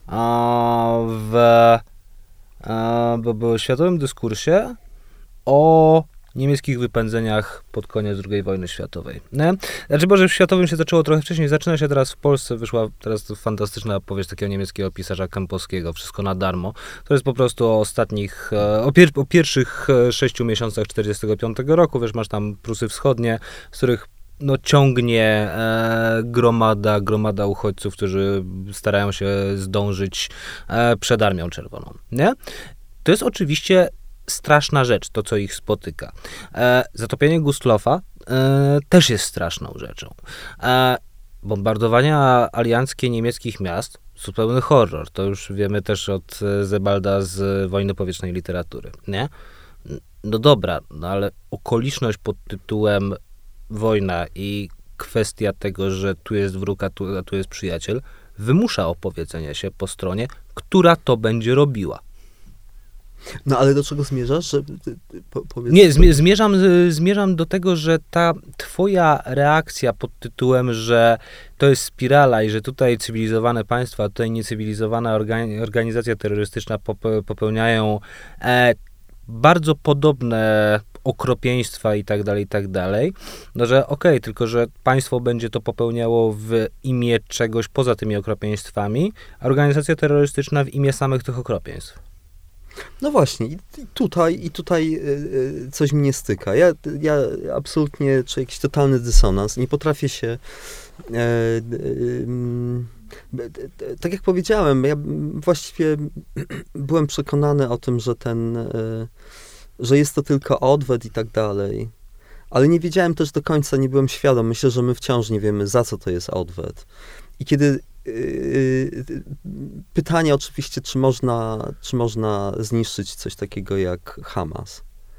Speaker 1: w światowym dyskursie o niemieckich wypędzeniach pod koniec II wojny światowej. Nie? Znaczy, może w światowym się zaczęło trochę wcześniej, zaczyna się teraz w Polsce, wyszła teraz fantastyczna opowieść takiego niemieckiego pisarza Kempowskiego, Wszystko na darmo. To jest po prostu o ostatnich, o pierwszych 6 miesiącach 1945 roku, wiesz, masz tam Prusy Wschodnie, z których ciągnie gromada uchodźców, którzy starają się zdążyć przed Armią Czerwoną. Nie? To jest oczywiście straszna rzecz, to co ich spotyka. Zatopienie Gustlofa też jest straszną rzeczą. Bombardowania alianckie niemieckich miast, zupełny horror. To już wiemy też od Sebalda z Wojny powietrznej literatury. Nie? No dobra, ale okoliczność pod tytułem wojna i kwestia tego, że tu jest wróg, a tu jest przyjaciel, wymusza opowiedzenie się po stronie, która to będzie robiła.
Speaker 2: No ale do czego zmierzasz?
Speaker 1: Nie, zmierzam do tego, że ta twoja reakcja pod tytułem, że to jest spirala i że tutaj cywilizowane państwa, a tutaj niecywilizowana organizacja terrorystyczna popełniają bardzo podobne okropieństwa i tak dalej, no że okej, tylko że państwo będzie to popełniało w imię czegoś poza tymi okropieństwami, a organizacja terrorystyczna w imię samych tych okropieństw.
Speaker 2: No właśnie, i tutaj coś mi nie styka. Ja absolutnie czuję jakiś totalny dysonans. Nie potrafię się... tak jak powiedziałem, ja właściwie byłem przekonany o tym, że jest to tylko odwet i tak dalej. Ale nie wiedziałem też do końca, nie byłem świadom. Myślę, że my wciąż nie wiemy, za co to jest odwet. I kiedy pytanie oczywiście, czy można zniszczyć coś takiego jak Hamas.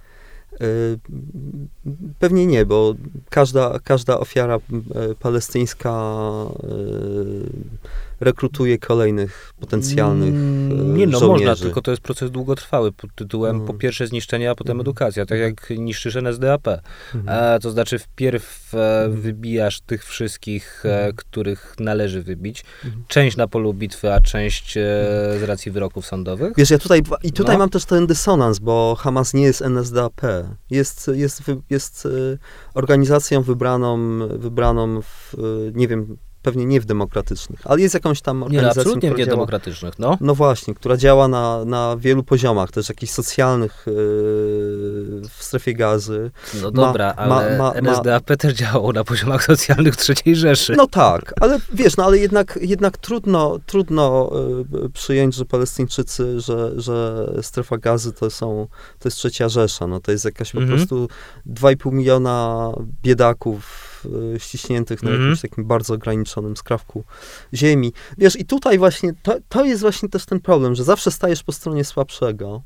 Speaker 2: Pewnie nie, bo każda ofiara palestyńska rekrutuje kolejnych potencjalnych
Speaker 1: Nie, no
Speaker 2: żołnierzy.
Speaker 1: można, tylko to jest proces długotrwały pod tytułem po pierwsze zniszczenie, a potem edukacja, tak jak niszczysz NSDAP. To znaczy wpierw wybijasz tych wszystkich, których należy wybić, część na polu bitwy, a część z racji wyroków sądowych.
Speaker 2: Wiesz, ja tutaj mam też ten dysonans, bo Hamas nie jest NSDAP. Jest organizacją wybraną w, nie wiem, pewnie nie w demokratycznych, ale jest jakąś tam organizacją,
Speaker 1: absolutnie
Speaker 2: która
Speaker 1: nie
Speaker 2: działa,
Speaker 1: demokratycznych, no.
Speaker 2: No właśnie, która działa na wielu poziomach, też jakichś socjalnych w strefie Gazy.
Speaker 1: No dobra, ale NSDAP też działało na poziomach socjalnych III Rzeszy.
Speaker 2: No tak, ale wiesz, ale jednak trudno przyjąć, że Palestyńczycy, że strefa Gazy to jest III Rzesza, no to jest jakaś po prostu 2,5 miliona biedaków ściśniętych na jakimś takim bardzo ograniczonym skrawku ziemi. Wiesz, i tutaj właśnie, to jest właśnie też ten problem, że zawsze stajesz po stronie słabszego.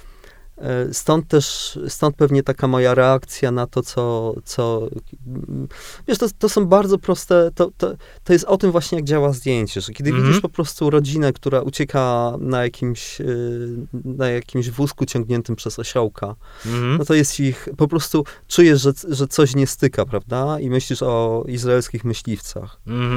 Speaker 2: Stąd pewnie taka moja reakcja na to, co wiesz, to są bardzo proste, to jest o tym właśnie, jak działa zdjęcie, że kiedy widzisz po prostu rodzinę, która ucieka na jakimś wózku ciągniętym przez osiołka, no to jest ich, po prostu czujesz, że coś nie styka, prawda? I myślisz o izraelskich myśliwcach.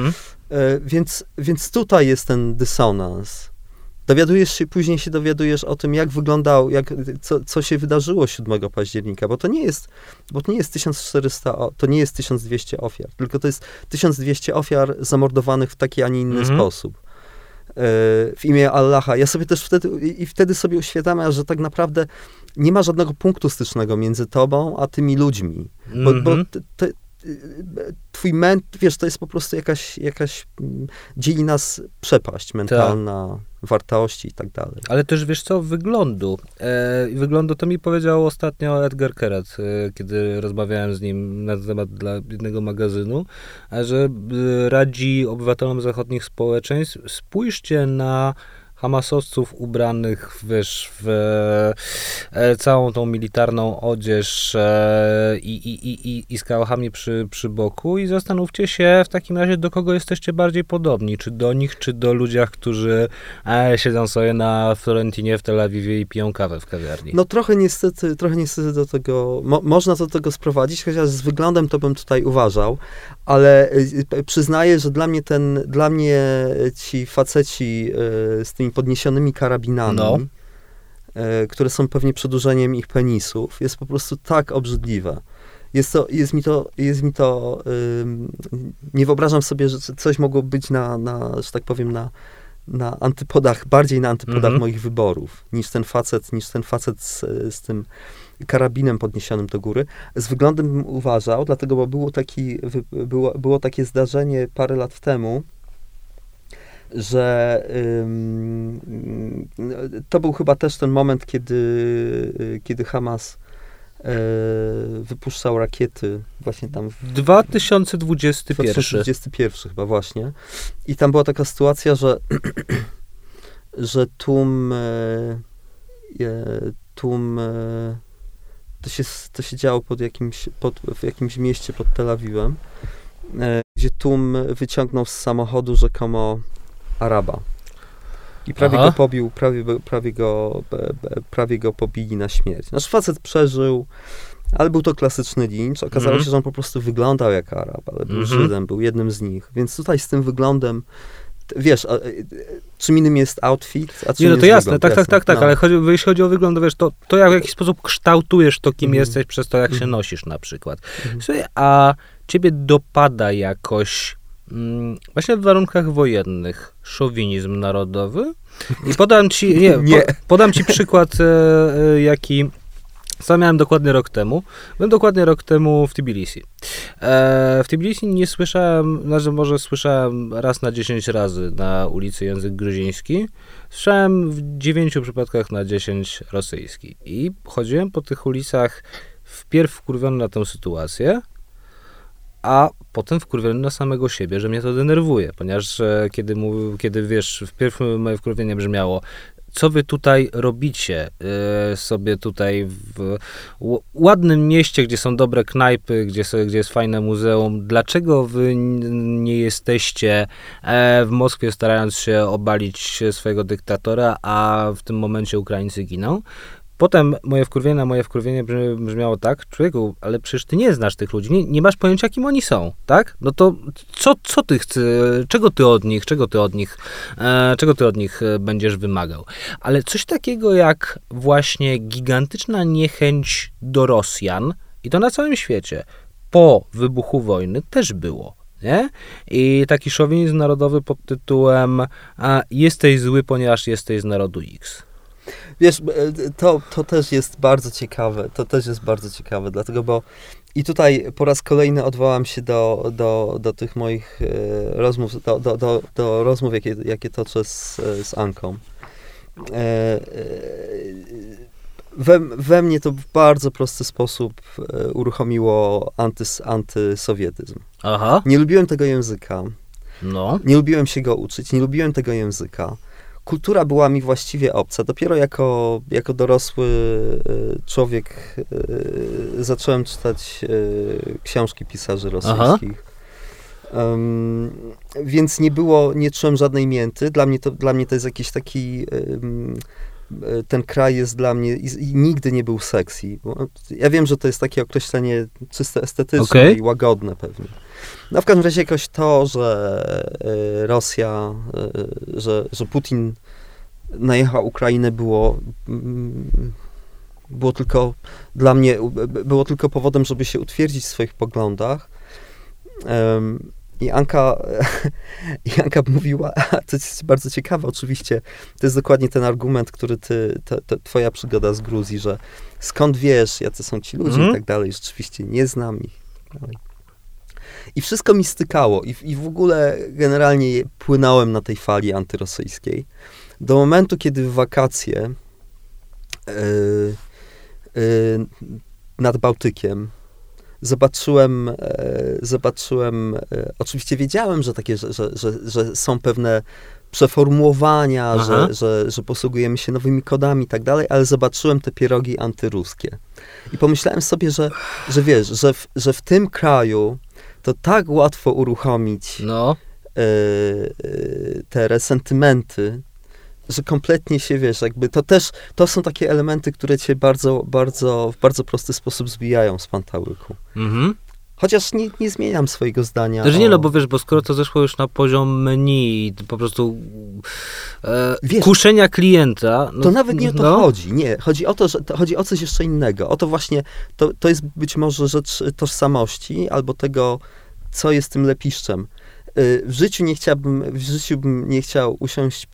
Speaker 2: Więc tutaj jest ten dysonans. Później się dowiadujesz o tym, jak wyglądał, co się wydarzyło 7 października, bo to nie jest 1400, to nie jest 1200 ofiar, tylko to jest 1200 ofiar zamordowanych w taki, a nie inny sposób. W imię Allaha. Ja sobie też wtedy sobie uświadamiam, że tak naprawdę nie ma żadnego punktu stycznego między tobą, a tymi ludźmi. Bo twój wiesz, to jest po prostu jakaś dzieli nas przepaść mentalna, wartości i tak dalej.
Speaker 1: Ale też wiesz co, wyglądu to mi powiedział ostatnio Edgar Keret, kiedy rozmawiałem z nim na temat dla jednego magazynu, że radzi obywatelom zachodnich społeczeństw, spójrzcie na hamasowców ubranych, wiesz, w całą tą militarną odzież i z kałachami przy boku i zastanówcie się w takim razie, do kogo jesteście bardziej podobni. Czy do nich, czy do ludziach, którzy siedzą sobie na Florentinie w Tel Awiwie i piją kawę w kawiarni.
Speaker 2: No trochę niestety do tego, można do tego sprowadzić, chociaż z wyglądem to bym tutaj uważał, ale przyznaję, że dla mnie ci faceci z tymi podniesionymi karabinami, które są pewnie przedłużeniem ich penisów, jest po prostu tak obrzydliwe. Nie wyobrażam sobie, że coś mogło być że tak powiem, na antypodach, bardziej na antypodach moich wyborów, niż ten facet z tym karabinem podniesionym do góry. Z wyglądem bym uważał, dlatego, bo było takie zdarzenie parę lat temu, że to był chyba też ten moment, kiedy Hamas wypuszczał rakiety właśnie tam
Speaker 1: 2021
Speaker 2: chyba właśnie. I tam była taka sytuacja, że tłum to się działo w jakimś mieście pod Tel Awiwem, gdzie tłum wyciągnął z samochodu rzekomo Araba. I prawie go pobił, prawie go pobili na śmierć. Nasz facet przeżył, ale był to klasyczny lincz. Okazało się, że on po prostu wyglądał jak Arab, ale był Żydem, był jednym z nich. Więc tutaj z tym wyglądem, wiesz, czym innym jest outfit, a czym
Speaker 1: nie, no to jasne,
Speaker 2: wygląd,
Speaker 1: tak, no. Ale jeśli chodzi o wygląd, wiesz, to jak w jakiś sposób kształtujesz to, kim jesteś, przez to, jak się nosisz na przykład. Słuchaj, a ciebie dopada jakoś właśnie w warunkach wojennych szowinizm narodowy? I podam ci przykład, jaki sam miałem dokładnie rok temu. Byłem dokładnie rok temu w Tbilisi. W Tbilisi nie słyszałem, znaczy może słyszałem raz na 10 razy na ulicy język gruziński. Słyszałem w 9 przypadkach na 10 rosyjski. I chodziłem po tych ulicach wpierw wkurwiony na tę sytuację, a potem wkurwiony na samego siebie, że mnie to denerwuje, ponieważ kiedy wiesz, wpierw moje wkurwienie brzmiało, co wy tutaj robicie sobie tutaj w ładnym mieście, gdzie są dobre knajpy, gdzie jest fajne muzeum. Dlaczego wy nie jesteście w Moskwie, starając się obalić swojego dyktatora, a w tym momencie Ukraińcy giną? Potem moje wkurwienie brzmiało tak: człowieku, ale przecież ty nie znasz tych ludzi, nie masz pojęcia, kim oni są, tak? No to co ty chcesz, czego ty od nich będziesz wymagał? Ale coś takiego jak właśnie gigantyczna niechęć do Rosjan, i to na całym świecie, po wybuchu wojny też było. Nie? I taki szowinizm narodowy pod tytułem jesteś zły, ponieważ jesteś z narodu X.
Speaker 2: Wiesz, to też jest bardzo ciekawe, dlatego, bo i tutaj po raz kolejny odwołam się do tych moich rozmów, do rozmów, jakie toczę z Anką. We mnie to w bardzo prosty sposób uruchomiło antysowietyzm.
Speaker 1: Aha.
Speaker 2: Nie lubiłem tego języka.
Speaker 1: No.
Speaker 2: Nie lubiłem się go uczyć, nie lubiłem tego języka. Kultura była mi właściwie obca. Dopiero jako dorosły człowiek zacząłem czytać książki pisarzy rosyjskich. Więc nie czułem żadnej mięty. Dla mnie to jest jakiś taki... ten kraj jest dla mnie i nigdy nie był sexy. Ja wiem, że to jest takie określenie czysto estetyczne i łagodne pewnie. No w każdym razie jakoś to, że Rosja, że Putin najechał Ukrainę było tylko dla mnie, było tylko powodem, żeby się utwierdzić w swoich poglądach. I Anka mówiła, to jest bardzo ciekawe oczywiście, to jest dokładnie ten argument, który twoja przygoda z Gruzji, że skąd wiesz, jacy są ci ludzie i tak dalej, rzeczywiście nie znam ich. I wszystko mi stykało i w ogóle generalnie płynąłem na tej fali antyrosyjskiej. Do momentu, kiedy w wakacje nad Bałtykiem zobaczyłem, oczywiście wiedziałem, że takie, że są pewne przeformułowania, że posługujemy się nowymi kodami i tak dalej, ale zobaczyłem te pierogi antyruskie. I pomyślałem sobie, że wiesz, że w tym kraju to tak łatwo uruchomić te resentymenty, że kompletnie się, wiesz, jakby to są takie elementy, które cię w bardzo prosty sposób zbijają z pantałyku. Chociaż nie zmieniam swojego zdania.
Speaker 1: Też nie, bo wiesz, bo skoro to zeszło już na poziom menu, po prostu kuszenia klienta.
Speaker 2: To nawet nie o to chodzi. Nie, chodzi o to, że chodzi o coś jeszcze innego. O to właśnie, to jest być może rzecz tożsamości albo tego, co jest tym lepiszczem. W życiu bym nie chciał usiąść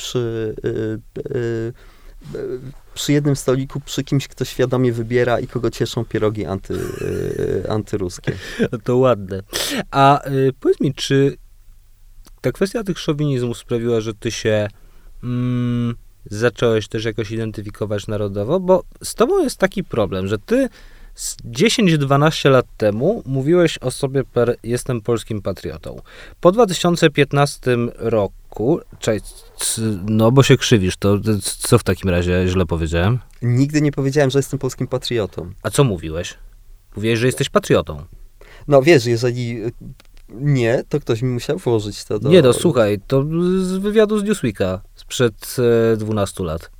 Speaker 2: przy jednym stoliku, przy kimś, kto świadomie wybiera i kogo cieszą pierogi antyruskie.
Speaker 1: To ładne. A powiedz mi, czy ta kwestia tych szowinizmów sprawiła, że ty się zacząłeś też jakoś identyfikować narodowo? Bo z tobą jest taki problem, że ty 10-12 lat temu mówiłeś o sobie jestem polskim patriotą. Po 2015 roku, bo się krzywisz, to co w takim razie źle powiedziałem?
Speaker 2: Nigdy nie powiedziałem, że jestem polskim patriotą.
Speaker 1: A co mówiłeś? Mówiłeś, że jesteś patriotą.
Speaker 2: No wiesz, jeżeli nie, to ktoś mi musiał włożyć to do...
Speaker 1: Nie, no słuchaj, to z wywiadu z Newsweeka sprzed 12 lat.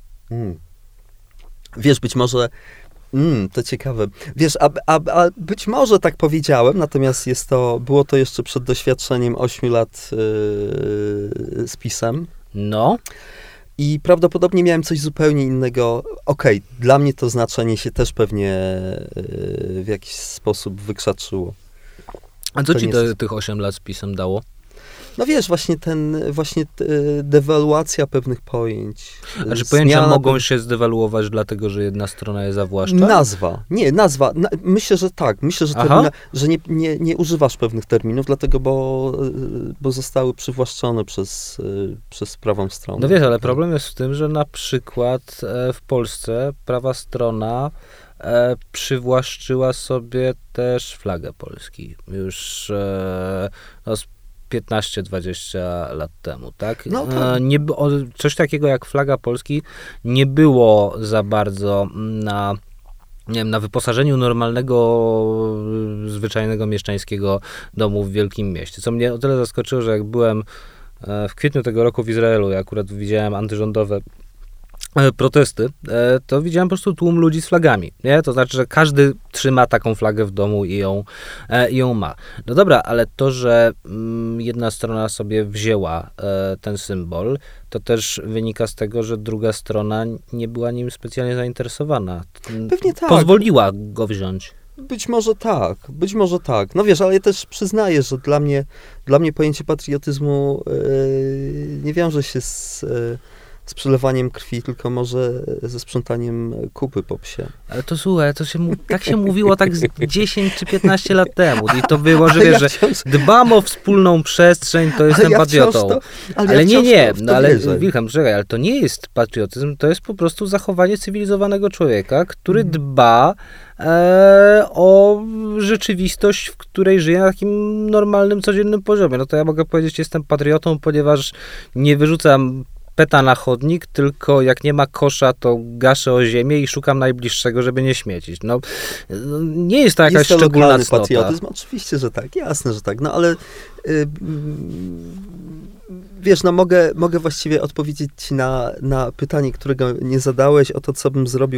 Speaker 2: Wiesz, być może... to ciekawe. Wiesz, a być może tak powiedziałem, natomiast było to jeszcze przed doświadczeniem 8 lat z PiS-em.
Speaker 1: No.
Speaker 2: I prawdopodobnie miałem coś zupełnie innego. Okej, dla mnie to znaczenie się też pewnie w jakiś sposób wykrzaczyło.
Speaker 1: A co ci tych 8 lat z PiS-em dało?
Speaker 2: No wiesz, właśnie dewaluacja pewnych pojęć.
Speaker 1: A czy pojęcia mogą się zdewaluować dlatego, że jedna strona je zawłaszcza?
Speaker 2: Nazwa. Myślę, że tak. Myślę, że nie używasz pewnych terminów, dlatego, bo zostały przywłaszczone przez prawą stronę.
Speaker 1: No wiesz, ale problem jest w tym, że na przykład w Polsce prawa strona przywłaszczyła sobie też flagę Polski. Już 15-20 lat temu, tak?
Speaker 2: No tak.
Speaker 1: Coś takiego jak flaga Polski nie było za bardzo na, nie wiem, na wyposażeniu normalnego, zwyczajnego mieszczańskiego domu w wielkim mieście. Co mnie o tyle zaskoczyło, że jak byłem w kwietniu tego roku w Izraelu, ja akurat widziałem antyrządowe protesty, to widziałem po prostu tłum ludzi z flagami, nie? To znaczy, że każdy trzyma taką flagę w domu i ją ma. No dobra, ale to, że jedna strona sobie wzięła ten symbol, to też wynika z tego, że druga strona nie była nim specjalnie zainteresowana.
Speaker 2: Pewnie tak.
Speaker 1: Pozwoliła go wziąć.
Speaker 2: Być może tak. No wiesz, ale ja też przyznaję, że dla mnie pojęcie patriotyzmu nie wiąże się z przelewaniem krwi, tylko może ze sprzątaniem kupy po psie.
Speaker 1: Ale to słuchaj, tak się mówiło tak z 10 czy 15 lat temu. I to było, że wiesz, że dbam o wspólną przestrzeń, to jestem patriotą. Ale nie, Wilhelm, czekaj, ale to nie jest patriotyzm, to jest po prostu zachowanie cywilizowanego człowieka, który dba o rzeczywistość, w której żyje na takim normalnym, codziennym poziomie. No to ja mogę powiedzieć, jestem patriotą, ponieważ nie wyrzucam peta na chodnik, tylko jak nie ma kosza, to gaszę o ziemię i szukam najbliższego, żeby nie śmiecić. No, nie jest to jakaś szczególna cnota.
Speaker 2: Patriotyzm? Oczywiście, że tak. Jasne, że tak. No ale wiesz, no mogę właściwie odpowiedzieć ci na pytanie, którego nie zadałeś, o to, co bym zrobił,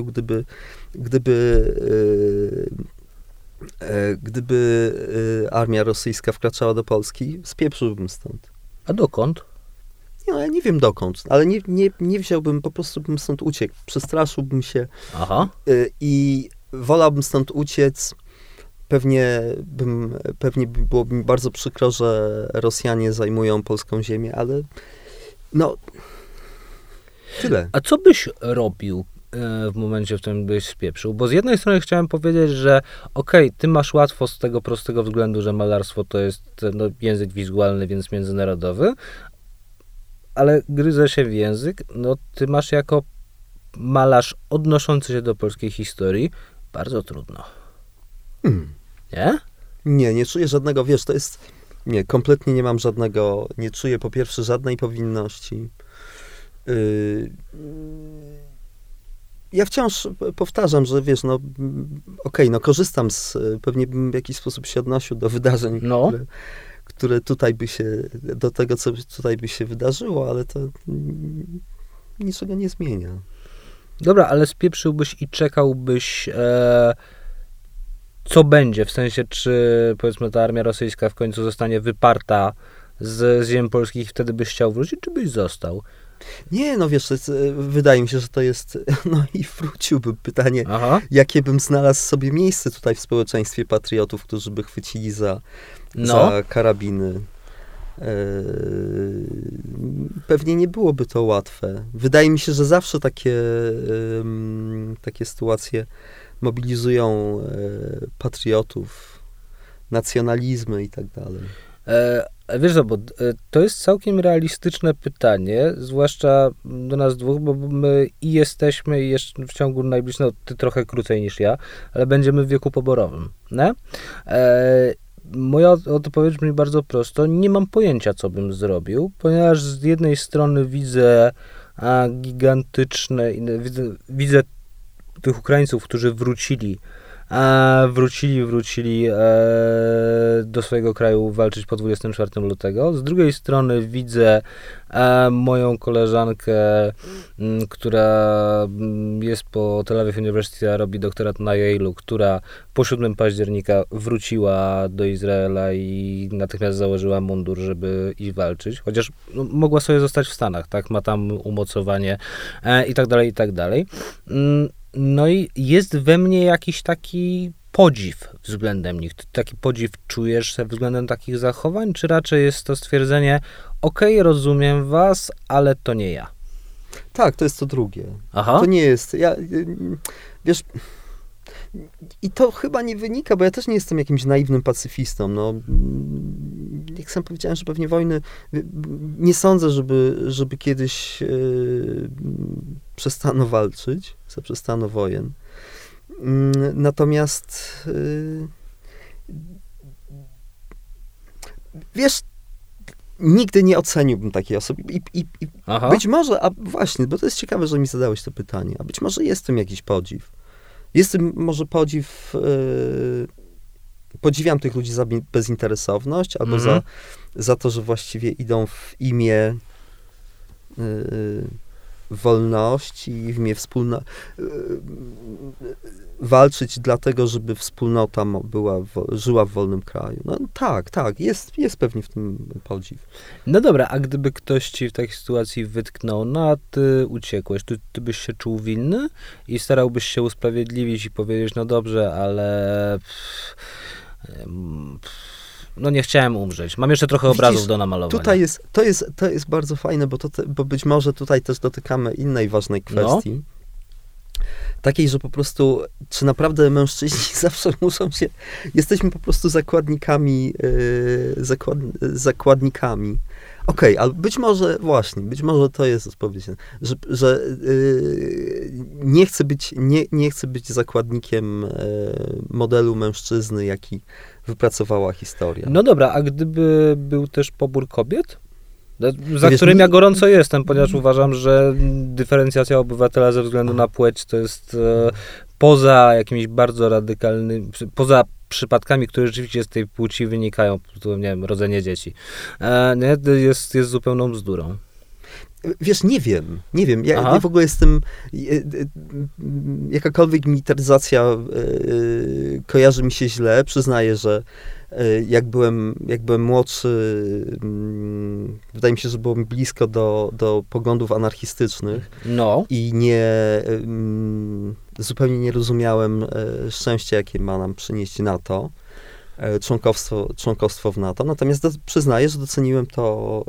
Speaker 2: gdyby armia rosyjska wkraczała do Polski. Spieprzyłbym stąd.
Speaker 1: A dokąd?
Speaker 2: No, ja nie wiem dokąd, ale nie wziąłbym, po prostu bym stąd uciekł. Przestraszyłbym się.
Speaker 1: Aha.
Speaker 2: I wolałbym stąd uciec. Pewnie byłoby mi bardzo przykro, że Rosjanie zajmują polską ziemię, ale no tyle.
Speaker 1: A co byś robił w momencie, w którym byś spieprzył? Bo z jednej strony chciałem powiedzieć, że okej, ty masz łatwo z tego prostego względu, że malarstwo to jest język wizualny, więc międzynarodowy, ale gryzę się w język, no ty masz jako malarz odnoszący się do polskiej historii bardzo trudno. Nie?
Speaker 2: Nie czuję żadnego, wiesz, to jest, nie, kompletnie nie mam żadnego, nie czuję po pierwsze żadnej powinności. Ja wciąż powtarzam, że wiesz, no okej, no korzystam pewnie bym w jakiś sposób się odnosił do wydarzeń, które tutaj do tego, co tutaj by się wydarzyło, ale to niczego nie zmienia.
Speaker 1: Dobra, ale spieprzyłbyś i czekałbyś, co będzie, w sensie, czy powiedzmy ta armia rosyjska w końcu zostanie wyparta z ziem polskich i wtedy byś chciał wrócić, czy byś został?
Speaker 2: Nie, no wiesz, wydaje mi się, że to jest, no i wróciłbym pytanie, jakie bym znalazł sobie miejsce tutaj w społeczeństwie patriotów, którzy by chwycili za karabiny. Pewnie nie byłoby to łatwe. Wydaje mi się, że zawsze takie sytuacje mobilizują patriotów, nacjonalizmy i tak dalej.
Speaker 1: Wiesz, bo to jest całkiem realistyczne pytanie, zwłaszcza do nas dwóch, bo my i jesteśmy i jeszcze w ciągu najbliższego, ty trochę krócej niż ja, ale będziemy w wieku poborowym, nie? Moja odpowiedź brzmi bardzo prosto. Nie mam pojęcia, co bym zrobił, ponieważ z jednej strony widzę gigantyczne, widzę tych Ukraińców, którzy wrócili do swojego kraju walczyć po 24 lutego. Z drugiej strony widzę moją koleżankę, która jest po Tel Aviv University, a robi doktorat na Yale'u, która po 7 października wróciła do Izraela i natychmiast założyła mundur, żeby iść walczyć. Chociaż mogła sobie zostać w Stanach, tak? Ma tam umocowanie i tak dalej, i tak dalej. No i jest we mnie jakiś taki podziw względem nich. Ty taki podziw czujesz względem takich zachowań, czy raczej jest to stwierdzenie, okej, rozumiem was, ale to nie ja?
Speaker 2: Tak, to jest to drugie.
Speaker 1: Aha.
Speaker 2: To nie jest, wiesz, i to chyba nie wynika, bo ja też nie jestem jakimś naiwnym pacyfistą. No, jak sam powiedziałem, że pewnie wojny, nie sądzę, żeby kiedyś przestano walczyć, zaprzestano wojen. Natomiast wiesz, nigdy nie oceniłbym takiej osoby. I być może, a właśnie, bo to jest ciekawe, że mi zadałeś to pytanie, a być może jest w tym jakiś podziw. Jest w tym może podziw, podziwiam tych ludzi za bezinteresowność, albo za to, że właściwie idą w imię wolności i w imię walczyć dlatego, żeby wspólnota żyła w wolnym kraju. No tak, jest pewnie w tym podziw.
Speaker 1: No dobra, a gdyby ktoś ci w takiej sytuacji wytknął, no a ty uciekłeś, ty byś się czuł winny i starałbyś się usprawiedliwić i powiedzieć, no dobrze, ale no nie chciałem umrzeć. Mam jeszcze trochę obrazów do namalowania.
Speaker 2: Tutaj to jest bardzo fajne, bo być może tutaj też dotykamy innej ważnej kwestii. No. Takiej, że po prostu, czy naprawdę mężczyźni zawsze muszą się... Jesteśmy po prostu zakładnikami. Okej, ale być może to jest odpowiedź, że nie chcę być zakładnikiem modelu mężczyzny, jaki wypracowała historia.
Speaker 1: No dobra, a gdyby był też pobór kobiet? Za którym ja gorąco jestem, ponieważ uważam, że dyferencjacja obywatela ze względu na płeć to jest poza jakimiś bardzo radykalnymi, poza przypadkami, które rzeczywiście z tej płci wynikają, nie wiem, rodzenie dzieci, jest zupełną bzdurą.
Speaker 2: Wiesz, nie wiem. Ja w ogóle jestem... Jakakolwiek militaryzacja kojarzy mi się źle. Przyznaję, że jak byłem młodszy, wydaje mi się, że było mi blisko do poglądów anarchistycznych.
Speaker 1: No.
Speaker 2: I zupełnie nie rozumiałem szczęścia, jakie ma nam przynieść NATO. Członkostwo w NATO. Natomiast przyznaję, że doceniłem to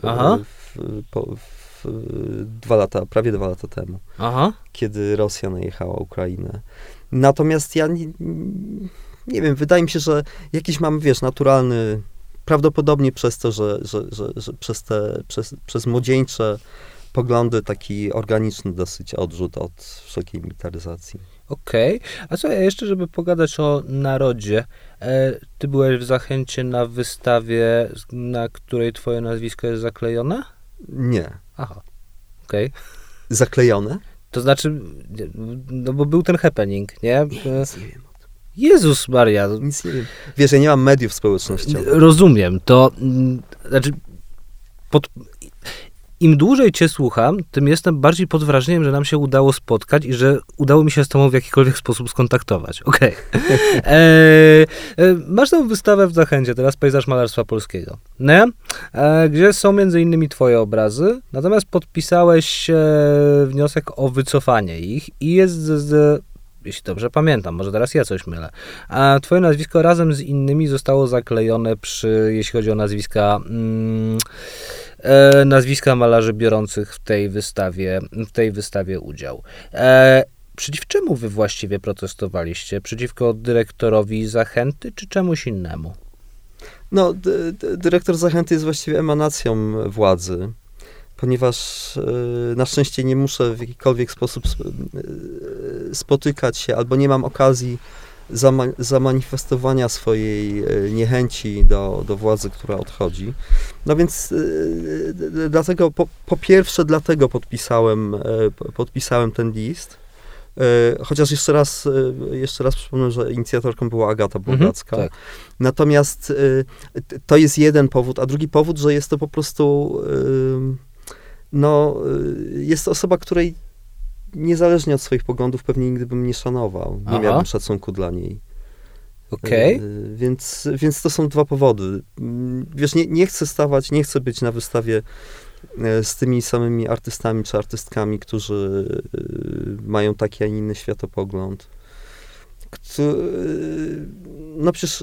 Speaker 2: prawie 2 lata temu, kiedy Rosja najechała Ukrainę. Natomiast ja nie wiem, wydaje mi się, że jakiś mam, naturalny, prawdopodobnie przez to, że przez młodzieńcze poglądy, taki organiczny dosyć odrzut od wszelkiej militaryzacji.
Speaker 1: Okej. A co, jeszcze żeby pogadać o narodzie, ty byłeś w Zachęcie na wystawie, na której twoje nazwisko jest zaklejone?
Speaker 2: Nie.
Speaker 1: Aha. Okej.
Speaker 2: Zaklejone?
Speaker 1: To znaczy, no bo był ten happening, nie?
Speaker 2: Nic nie wiem.
Speaker 1: Jezus Maria.
Speaker 2: Nic nie wiem. Wiesz, ja nie mam mediów społecznościowych.
Speaker 1: Rozumiem. To znaczy, im dłużej cię słucham, tym jestem bardziej pod wrażeniem, że nam się udało spotkać i że udało mi się z tobą w jakikolwiek sposób skontaktować. Okej. Masz tą wystawę w Zachęcie, teraz pejzaż malarstwa polskiego, nie? Gdzie są między innymi twoje obrazy, natomiast podpisałeś wniosek o wycofanie ich i jest jeśli dobrze pamiętam, może teraz ja coś mylę, a twoje nazwisko razem z innymi zostało zaklejone jeśli chodzi o nazwiska malarzy biorących w tej wystawie udział. Przeciw czemu wy właściwie protestowaliście? Przeciwko dyrektorowi Zachęty, czy czemuś innemu?
Speaker 2: No, dyrektor Zachęty jest właściwie emanacją władzy, ponieważ na szczęście nie muszę w jakikolwiek sposób spotykać się, albo nie mam okazji zamanifestowania swojej niechęci do władzy, która odchodzi. No więc dlatego, po pierwsze dlatego podpisałem ten list, chociaż jeszcze raz przypomnę, że inicjatorką była Agata Błogacka.
Speaker 1: Tak.
Speaker 2: Natomiast to jest jeden powód, a drugi powód, że jest to po prostu jest to osoba, której niezależnie od swoich poglądów pewnie nigdy bym nie szanował. Nie miałbym szacunku dla niej.
Speaker 1: Okej.
Speaker 2: Więc to są 2 powody. Wiesz, nie chcę być na wystawie z tymi samymi artystami czy artystkami, którzy mają taki, a nie inny światopogląd. No przecież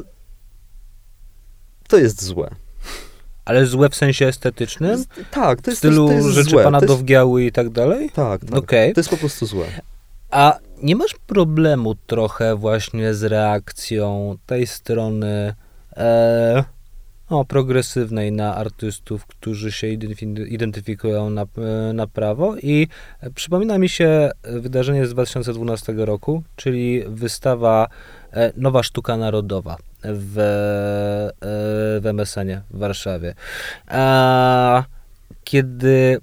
Speaker 2: to jest złe.
Speaker 1: Ale złe w sensie estetycznym?
Speaker 2: Tak,
Speaker 1: w stylu rzeczy
Speaker 2: złe.
Speaker 1: pana Dowgiały i tak dalej?
Speaker 2: Tak.
Speaker 1: Okay.
Speaker 2: To jest po prostu złe.
Speaker 1: A nie masz problemu trochę właśnie z reakcją tej strony progresywnej na artystów, którzy się identyfikują na prawo i przypomina mi się wydarzenie z 2012 roku, czyli wystawa Nowa Sztuka Narodowa w MSN-ie w Warszawie. Kiedy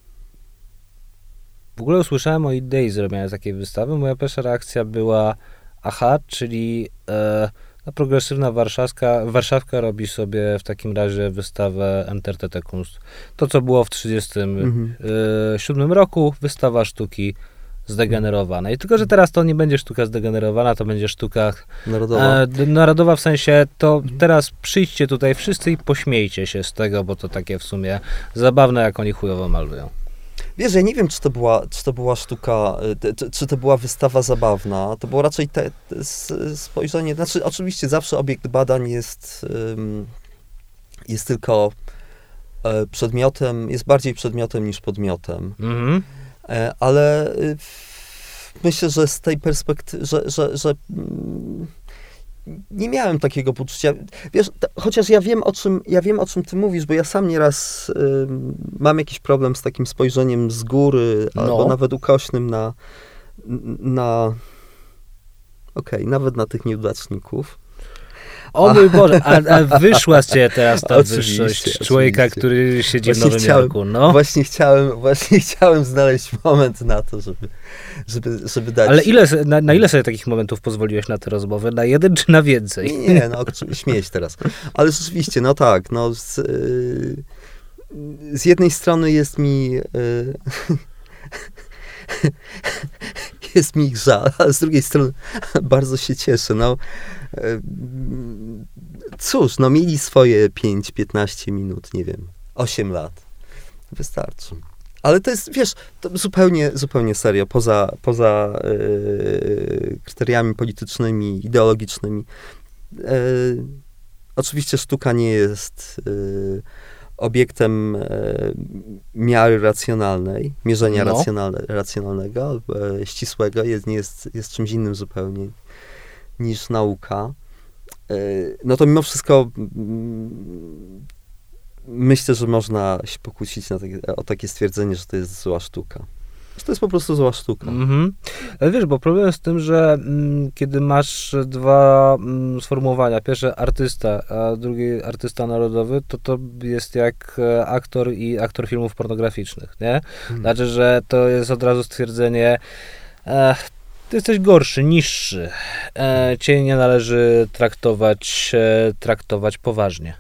Speaker 1: w ogóle usłyszałem o idei zrobienia takiej wystawy, moja pierwsza reakcja była aha, czyli progresywna Warszawka robi sobie w takim razie wystawę NTT Kunst. To, co było w 1937 roku, wystawa sztuki zdegenerowanej. Tylko, że teraz to nie będzie sztuka zdegenerowana, to będzie sztuka narodowa, w sensie to teraz przyjdźcie tutaj wszyscy i pośmiejcie się z tego, bo to takie w sumie zabawne, jak oni chujowo malują.
Speaker 2: Wiesz, ja nie wiem, czy to była sztuka, czy to była wystawa zabawna. To było raczej spojrzenie, znaczy oczywiście zawsze obiekt badań jest tylko przedmiotem, jest bardziej przedmiotem niż podmiotem. Mhm. Ale myślę, że z tej perspektywy, że nie miałem takiego poczucia. Wiesz, chociaż ja wiem, o czym ty mówisz, bo ja sam nieraz mam jakiś problem z takim spojrzeniem z góry, albo nawet ukośnym nawet na tych nieudaczników.
Speaker 1: O mój Boże, a wyszła z ciebie teraz ta wyższość człowieka, który siedzi w Nowym Jorku. No.
Speaker 2: Właśnie chciałem znaleźć moment na to, żeby dać...
Speaker 1: Ale na ile sobie takich momentów pozwoliłeś na tę rozmowę? Na jeden czy na więcej?
Speaker 2: Nie, śmieję się teraz. Ale rzeczywiście, z jednej strony jest mi ich żal, ale z drugiej strony bardzo się cieszę. Cóż, mieli swoje 5-15 minut, nie wiem, 8 lat. Wystarczy. Ale to jest, wiesz, to zupełnie serio, poza kryteriami politycznymi, ideologicznymi. Oczywiście sztuka nie jest obiektem miary racjonalnej, mierzenia racjonalnego, ścisłego, jest czymś innym zupełnie niż nauka. To mimo wszystko myślę, że można się pokłócić o takie stwierdzenie, że to jest zła sztuka. Że to jest po prostu zła sztuka.
Speaker 1: Mhm. Ale wiesz, bo problem jest w tym, że kiedy masz dwa sformułowania, pierwsze artysta, a drugi artysta narodowy, to jest jak aktor filmów pornograficznych, nie? Znaczy, że to jest od razu stwierdzenie ty jesteś gorszy, niższy. Cię nie należy traktować poważnie.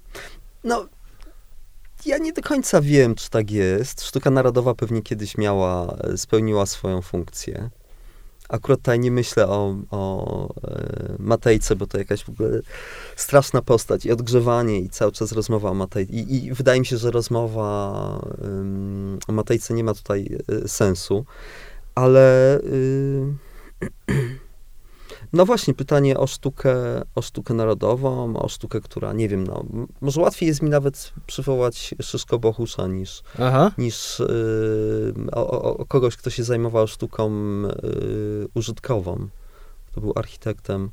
Speaker 2: Ja nie do końca wiem, czy tak jest. Sztuka narodowa pewnie kiedyś spełniła swoją funkcję. Akurat tutaj nie myślę o Matejce, bo to jakaś w ogóle straszna postać i odgrzewanie i cały czas rozmowa o Matejce. I wydaje mi się, że rozmowa o Matejce nie ma tutaj sensu. Ale właśnie pytanie o sztukę narodową, o sztukę, która, nie wiem, może łatwiej jest mi nawet przywołać Szyszko Bohusza niż o kogoś, kto się zajmował sztuką użytkową. To był architektem.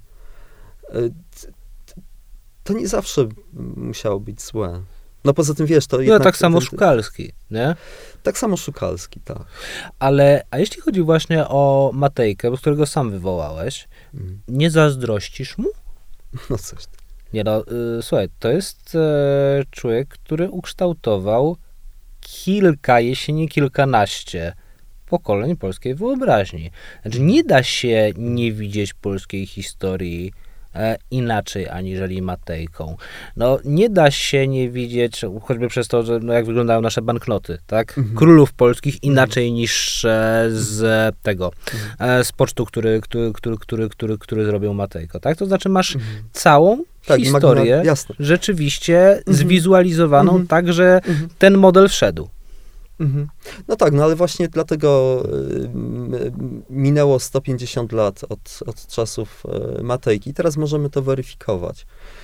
Speaker 2: To nie zawsze musiało być złe. Poza tym, wiesz, to jednak...
Speaker 1: tak samo Szukalski, nie?
Speaker 2: Tak samo Szukalski, tak.
Speaker 1: A jeśli chodzi właśnie o Matejkę, z którego sam wywołałeś, nie zazdrościsz mu?
Speaker 2: Coś.
Speaker 1: Nie słuchaj, to jest człowiek, który ukształtował kilka, jeśli nie kilkanaście pokoleń polskiej wyobraźni. Znaczy, nie da się nie widzieć polskiej historii inaczej aniżeli Matejką. Nie da się nie widzieć, choćby przez to, że jak wyglądają nasze banknoty, tak? Królów polskich inaczej niż z pocztu, który zrobił Matejko, tak? To znaczy masz całą historię rzeczywiście zwizualizowaną tak, że ten model wszedł.
Speaker 2: Ale właśnie dlatego minęło 150 lat od czasów Matejki. Teraz możemy to weryfikować.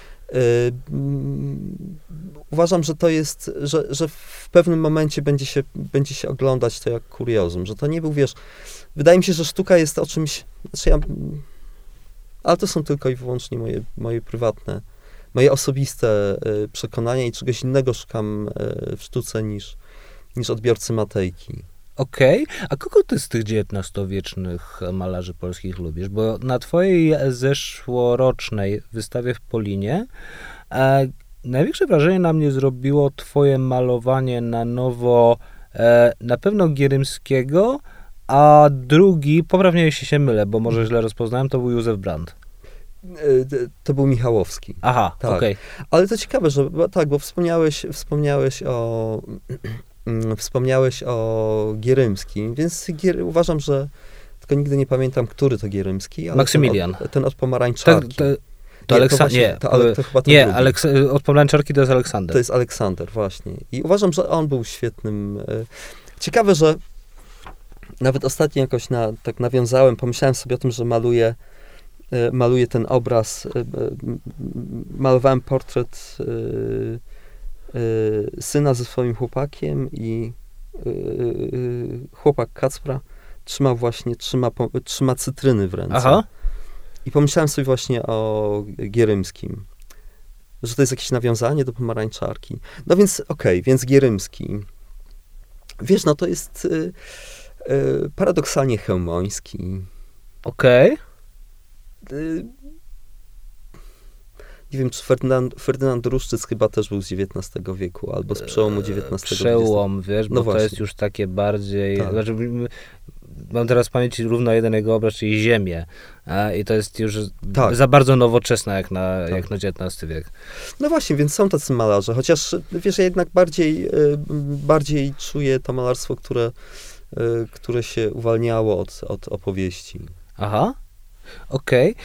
Speaker 2: Uważam, że to jest, że w pewnym momencie będzie się oglądać to jak kuriozum, że to nie był, wiesz, wydaje mi się, że sztuka jest o czymś, ale to są tylko i wyłącznie moje moje osobiste przekonania i czegoś innego szukam w sztuce niż odbiorcy Matejki.
Speaker 1: Okej. A kogo ty z tych XIX-wiecznych malarzy polskich lubisz? Bo na twojej zeszłorocznej wystawie w Polinie największe wrażenie na mnie zrobiło twoje malowanie na nowo na pewno Gierymskiego, a drugi, poprawnie jeśli się mylę, bo może źle rozpoznałem, to był Józef Brand.
Speaker 2: To był Michałowski.
Speaker 1: Aha,
Speaker 2: tak.
Speaker 1: okej.
Speaker 2: Ale to ciekawe, że bo wspomniałeś o Gierymskim, więc uważam, że tylko nigdy nie pamiętam, który to Gierymski, ale
Speaker 1: Maksymilian.
Speaker 2: Ten od pomarańczarki.
Speaker 1: To Aleksander. Nie,
Speaker 2: to chyba ten drugi.
Speaker 1: Od pomarańczarki to jest Aleksander.
Speaker 2: To jest Aleksander, właśnie. I uważam, że on był świetnym. Ciekawe, że nawet ostatnio jakoś tak nawiązałem, pomyślałem sobie o tym, że maluję ten obraz. Malowałem portret syna ze swoim chłopakiem i chłopak Kacpra trzyma cytryny w ręce.
Speaker 1: Aha.
Speaker 2: I pomyślałem sobie właśnie o Gierymskim, że to jest jakieś nawiązanie do pomarańczarki. No więc więc Gierymski. Wiesz, no to jest paradoksalnie chełmoński.
Speaker 1: Okej.
Speaker 2: Nie wiem, czy Ferdynand Ruszczyc chyba też był z XIX wieku, albo z przełomu XIX.
Speaker 1: Przełom, wiesz, bo
Speaker 2: właśnie.
Speaker 1: To jest już takie bardziej...
Speaker 2: Tak.
Speaker 1: Znaczy, mam teraz w pamięci równo jeden jego obraz, czyli Ziemię. I to jest już za bardzo nowoczesne jak na XIX wiek.
Speaker 2: No właśnie, więc są tacy malarze, chociaż wiesz, ja jednak bardziej czuję to malarstwo, które się uwalniało od opowieści.
Speaker 1: Aha, okej.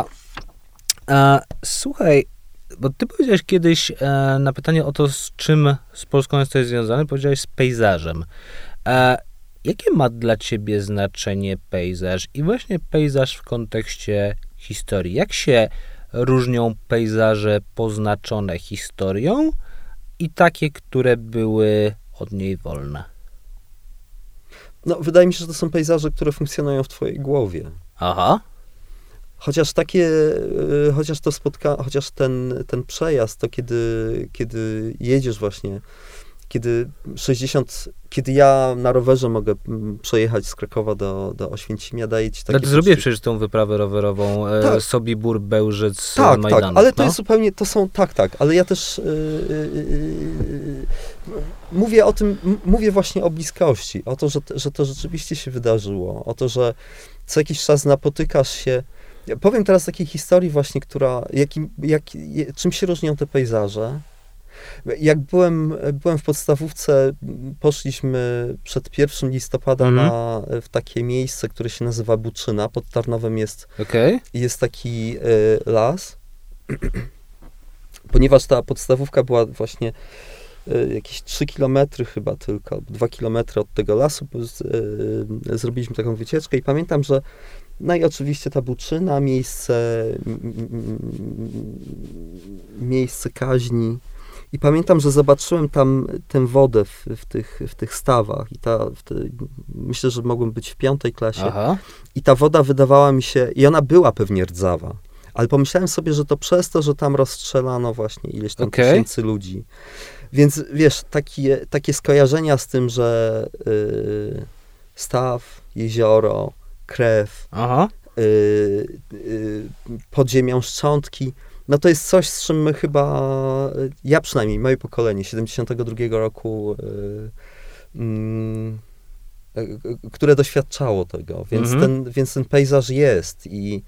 Speaker 1: Słuchaj, bo ty powiedziałeś kiedyś na pytanie o to, z czym z Polską jesteś związany, powiedziałeś z pejzażem. Jakie ma dla ciebie znaczenie pejzaż i właśnie pejzaż w kontekście historii? Jak się różnią pejzaże poznaczone historią i takie, które były od niej wolne?
Speaker 2: No, wydaje mi się, że to są pejzaże, które funkcjonują w twojej głowie.
Speaker 1: Aha.
Speaker 2: Chociaż ten przejazd, to kiedy jedziesz właśnie, kiedy ja na rowerze mogę przejechać z Krakowa do Oświęcimia, daje ci takie...
Speaker 1: Ty zrobiłeś przecież tą wyprawę rowerową Sobibór, Bełżyc, Majdanek.
Speaker 2: Tak, ale to jest zupełnie, ale ja też mówię właśnie o bliskości, o to, że to rzeczywiście się wydarzyło, o to, że co jakiś czas napotykasz się. Ja powiem teraz takiej historii właśnie, czym się różnią te pejzaże. Jak byłem w podstawówce, poszliśmy przed 1 listopada w takie miejsce, które się nazywa Buczyna. Pod Tarnowem jest taki las. Ponieważ ta podstawówka była właśnie jakieś 3 kilometry chyba tylko, albo 2 kilometry od tego lasu, zrobiliśmy taką wycieczkę i pamiętam, że no i oczywiście ta Buczyna, miejsce kaźni. I pamiętam, że zobaczyłem tam tę wodę w tych stawach. Myślę, że mogłem być w 5. klasie.
Speaker 1: Aha.
Speaker 2: I ta woda wydawała mi się, i ona była pewnie rdzawa, ale pomyślałem sobie, że to przez to, że tam rozstrzelano właśnie ileś tam tysięcy ludzi. Więc wiesz, takie skojarzenia z tym, że staw, jezioro, krew, pod ziemią szczątki, no to jest coś, z czym my chyba, ja przynajmniej, moje pokolenie, 72 roku, które doświadczało tego, więc ten pejzaż jest i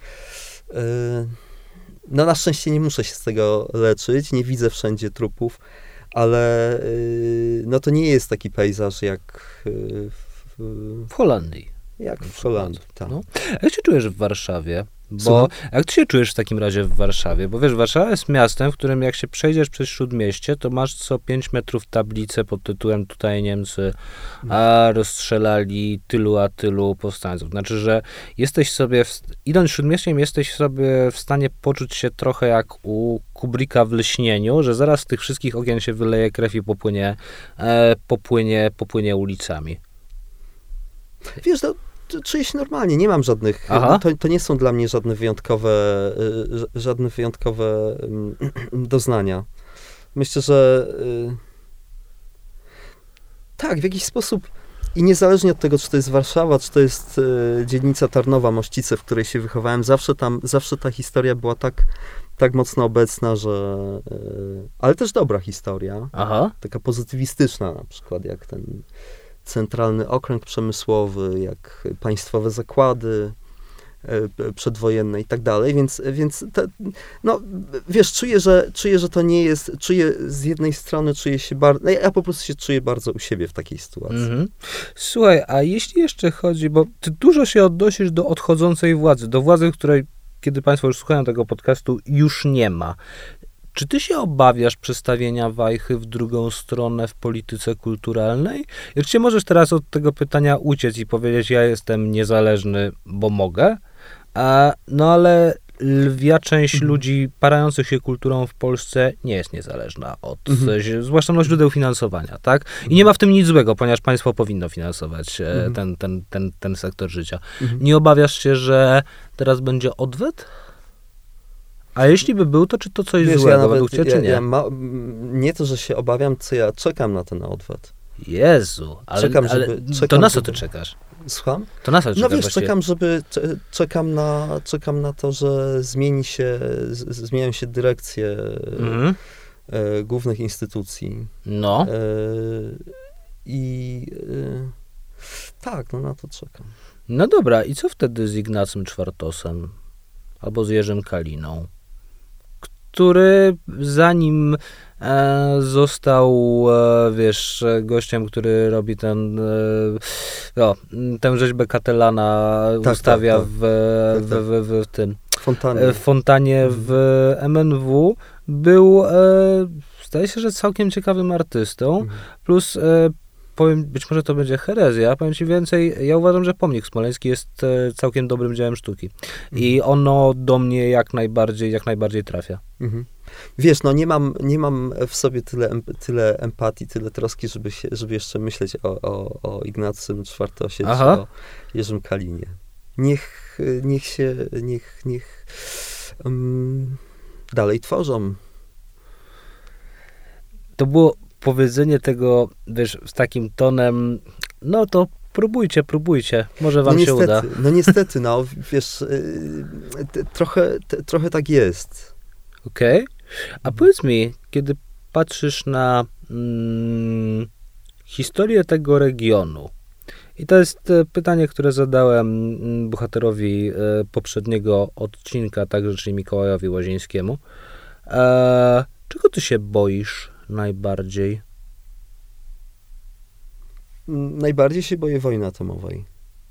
Speaker 2: no na szczęście nie muszę się z tego leczyć, nie widzę wszędzie trupów, ale no to nie jest taki pejzaż jak
Speaker 1: w Holandii.
Speaker 2: Jak w Holandii, tak.
Speaker 1: No. A jak się czujesz w Warszawie? Jak ty się czujesz w takim razie w Warszawie? Bo wiesz, Warszawa jest miastem, w którym jak się przejdziesz przez Śródmieście, to masz co 5 metrów tablicę pod tytułem tutaj Niemcy rozstrzelali tylu a tylu powstańców. Znaczy, że jesteś sobie, idąc Śródmieściem, jesteś sobie w stanie poczuć się trochę jak u Kubricka w Lśnieniu, że zaraz z tych wszystkich okien się wyleje krew i popłynie ulicami.
Speaker 2: Wiesz, to czuję się normalnie, nie mam żadnych, to nie są dla mnie żadne wyjątkowe doznania. Myślę, że tak, w jakiś sposób i niezależnie od tego, czy to jest Warszawa, czy to jest dzielnica Tarnowa, Mościce, w której się wychowałem, zawsze ta historia była tak mocno obecna, że ale też dobra historia, taka pozytywistyczna na przykład, jak ten Centralny Okręg Przemysłowy, jak państwowe zakłady przedwojenne i tak dalej, więc wiesz, czuję, że to nie jest, z jednej strony czuję się bardzo, ja po prostu się czuję bardzo u siebie w takiej sytuacji.
Speaker 1: Słuchaj, a jeśli jeszcze chodzi, bo ty dużo się odnosisz do odchodzącej władzy, do władzy, której, kiedy państwo już słuchają tego podcastu, już nie ma. Czy ty się obawiasz przestawienia wajchy w drugą stronę w polityce kulturalnej? I czy możesz teraz od tego pytania uciec i powiedzieć, ja jestem niezależny, bo mogę, no ale lwia część ludzi parających się kulturą w Polsce nie jest niezależna od, zwłaszcza od źródeł finansowania, tak? I nie ma w tym nic złego, ponieważ państwo powinno finansować ten sektor życia. Nie obawiasz się, że teraz będzie odwet? A jeśli by był, to czy to coś złego według ciebie, czy nie?
Speaker 2: Nie to, że się obawiam, co ja czekam na ten odwet.
Speaker 1: Jezu, ale to na co ty czekasz?
Speaker 2: Słucham?
Speaker 1: To na co czekasz?
Speaker 2: No wiesz, czekam na to, że zmieniają się dyrekcje głównych instytucji.
Speaker 1: No.
Speaker 2: Tak, na to czekam.
Speaker 1: No dobra, i co wtedy z Ignacym Czwartosem? Albo z Jerzym Kaliną? Który zanim został, gościem, który robi tę rzeźbę Catalana, ustawia w tym fontanie w MNW, był, zdaje się, że całkiem ciekawym artystą, plus powiem, być może to będzie herezja, powiem ci więcej, ja uważam, że Pomnik Smoleński jest całkiem dobrym dziełem sztuki. I ono do mnie jak najbardziej trafia.
Speaker 2: Wiesz, nie mam w sobie tyle empatii, tyle troski, żeby jeszcze myśleć o Ignacym Czwartosie czy o Jerzym Kalinie. Niech dalej tworzą.
Speaker 1: To było powiedzenie tego, wiesz, z takim tonem, no to próbujcie, może wam się uda.
Speaker 2: No niestety, wiesz, trochę tak jest.
Speaker 1: Okej. A powiedz mi, kiedy patrzysz na historię tego regionu, i to jest pytanie, które zadałem bohaterowi poprzedniego odcinka, także czyli Mikołajowi Łazińskiemu. Czego ty się boisz najbardziej?
Speaker 2: Najbardziej się boję wojny atomowej.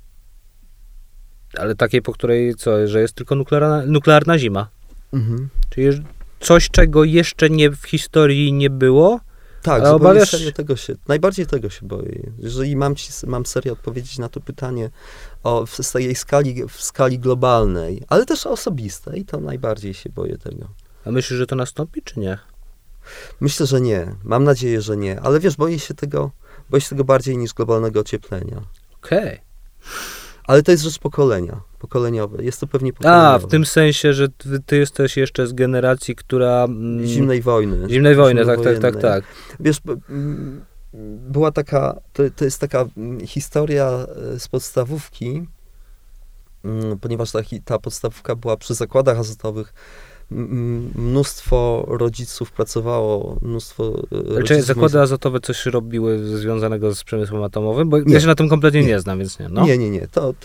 Speaker 1: Ale takiej, po której że jest tylko nuklearna zima? Czyli coś, czego jeszcze w historii nie było?
Speaker 2: Tak, najbardziej tego się boję. Jeżeli mam serię odpowiedzieć na to pytanie w skali globalnej, ale też osobistej, to najbardziej się boję tego.
Speaker 1: A myślisz, że to nastąpi, czy nie?
Speaker 2: Myślę, że nie. Mam nadzieję, że nie. Ale wiesz, boję się tego bardziej niż globalnego ocieplenia.
Speaker 1: Okej.
Speaker 2: Ale to jest rzecz pokoleniowe. Jest to pewnie pokoleniowe.
Speaker 1: W tym sensie, że ty jesteś jeszcze z generacji, która...
Speaker 2: Zimnej wojny,
Speaker 1: tak.
Speaker 2: Wiesz, była taka, to jest taka historia z podstawówki, ponieważ ta podstawówka była przy zakładach azotowych. Mnóstwo rodziców pracowało,
Speaker 1: Czy zakłady azotowe coś robiły związanego z przemysłem atomowym? Bo ja się na tym kompletnie nie znam, więc nie. No.
Speaker 2: Nie.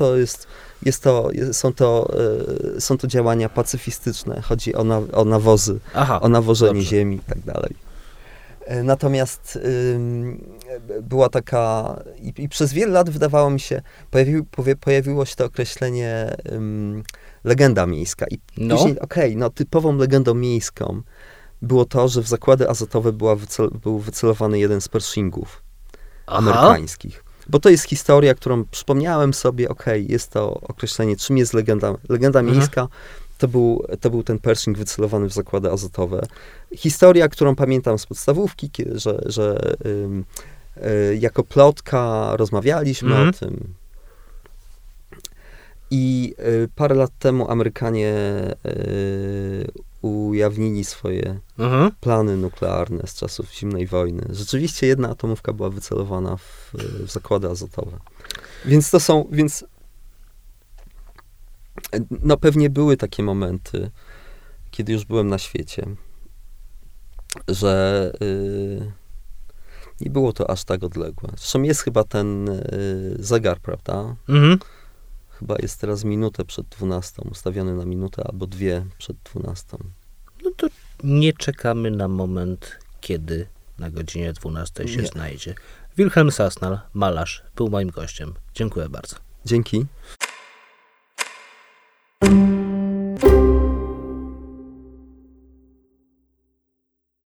Speaker 2: Są to działania pacyfistyczne. Chodzi o nawozy, o nawożenie ziemi i tak dalej. Natomiast była taka... I przez wiele lat wydawało mi się, pojawiło się to określenie legenda miejska. I później, typową legendą miejską było to, że w zakłady azotowe był wycelowany jeden z Pershingów amerykańskich. Bo to jest historia, którą przypomniałem sobie, jest to określenie, czym jest legenda. Legenda miejska to był ten Pershing wycelowany w zakłady azotowe. Historia, którą pamiętam z podstawówki, że jako plotka rozmawialiśmy o tym. I parę lat temu Amerykanie ujawnili swoje plany nuklearne z czasów zimnej wojny. Rzeczywiście jedna atomówka była wycelowana w zakłady azotowe. Więc no pewnie były takie momenty, kiedy już byłem na świecie, że nie było to aż tak odległe. Zresztą jest chyba ten zegar, prawda? Chyba jest teraz minutę przed 12, ustawiony na minutę albo 2 przed 12.
Speaker 1: No to nie czekamy na moment, kiedy na godzinie 12 się znajdzie. Wilhelm Sasnal, malarz, był moim gościem. Dziękuję bardzo.
Speaker 2: Dzięki.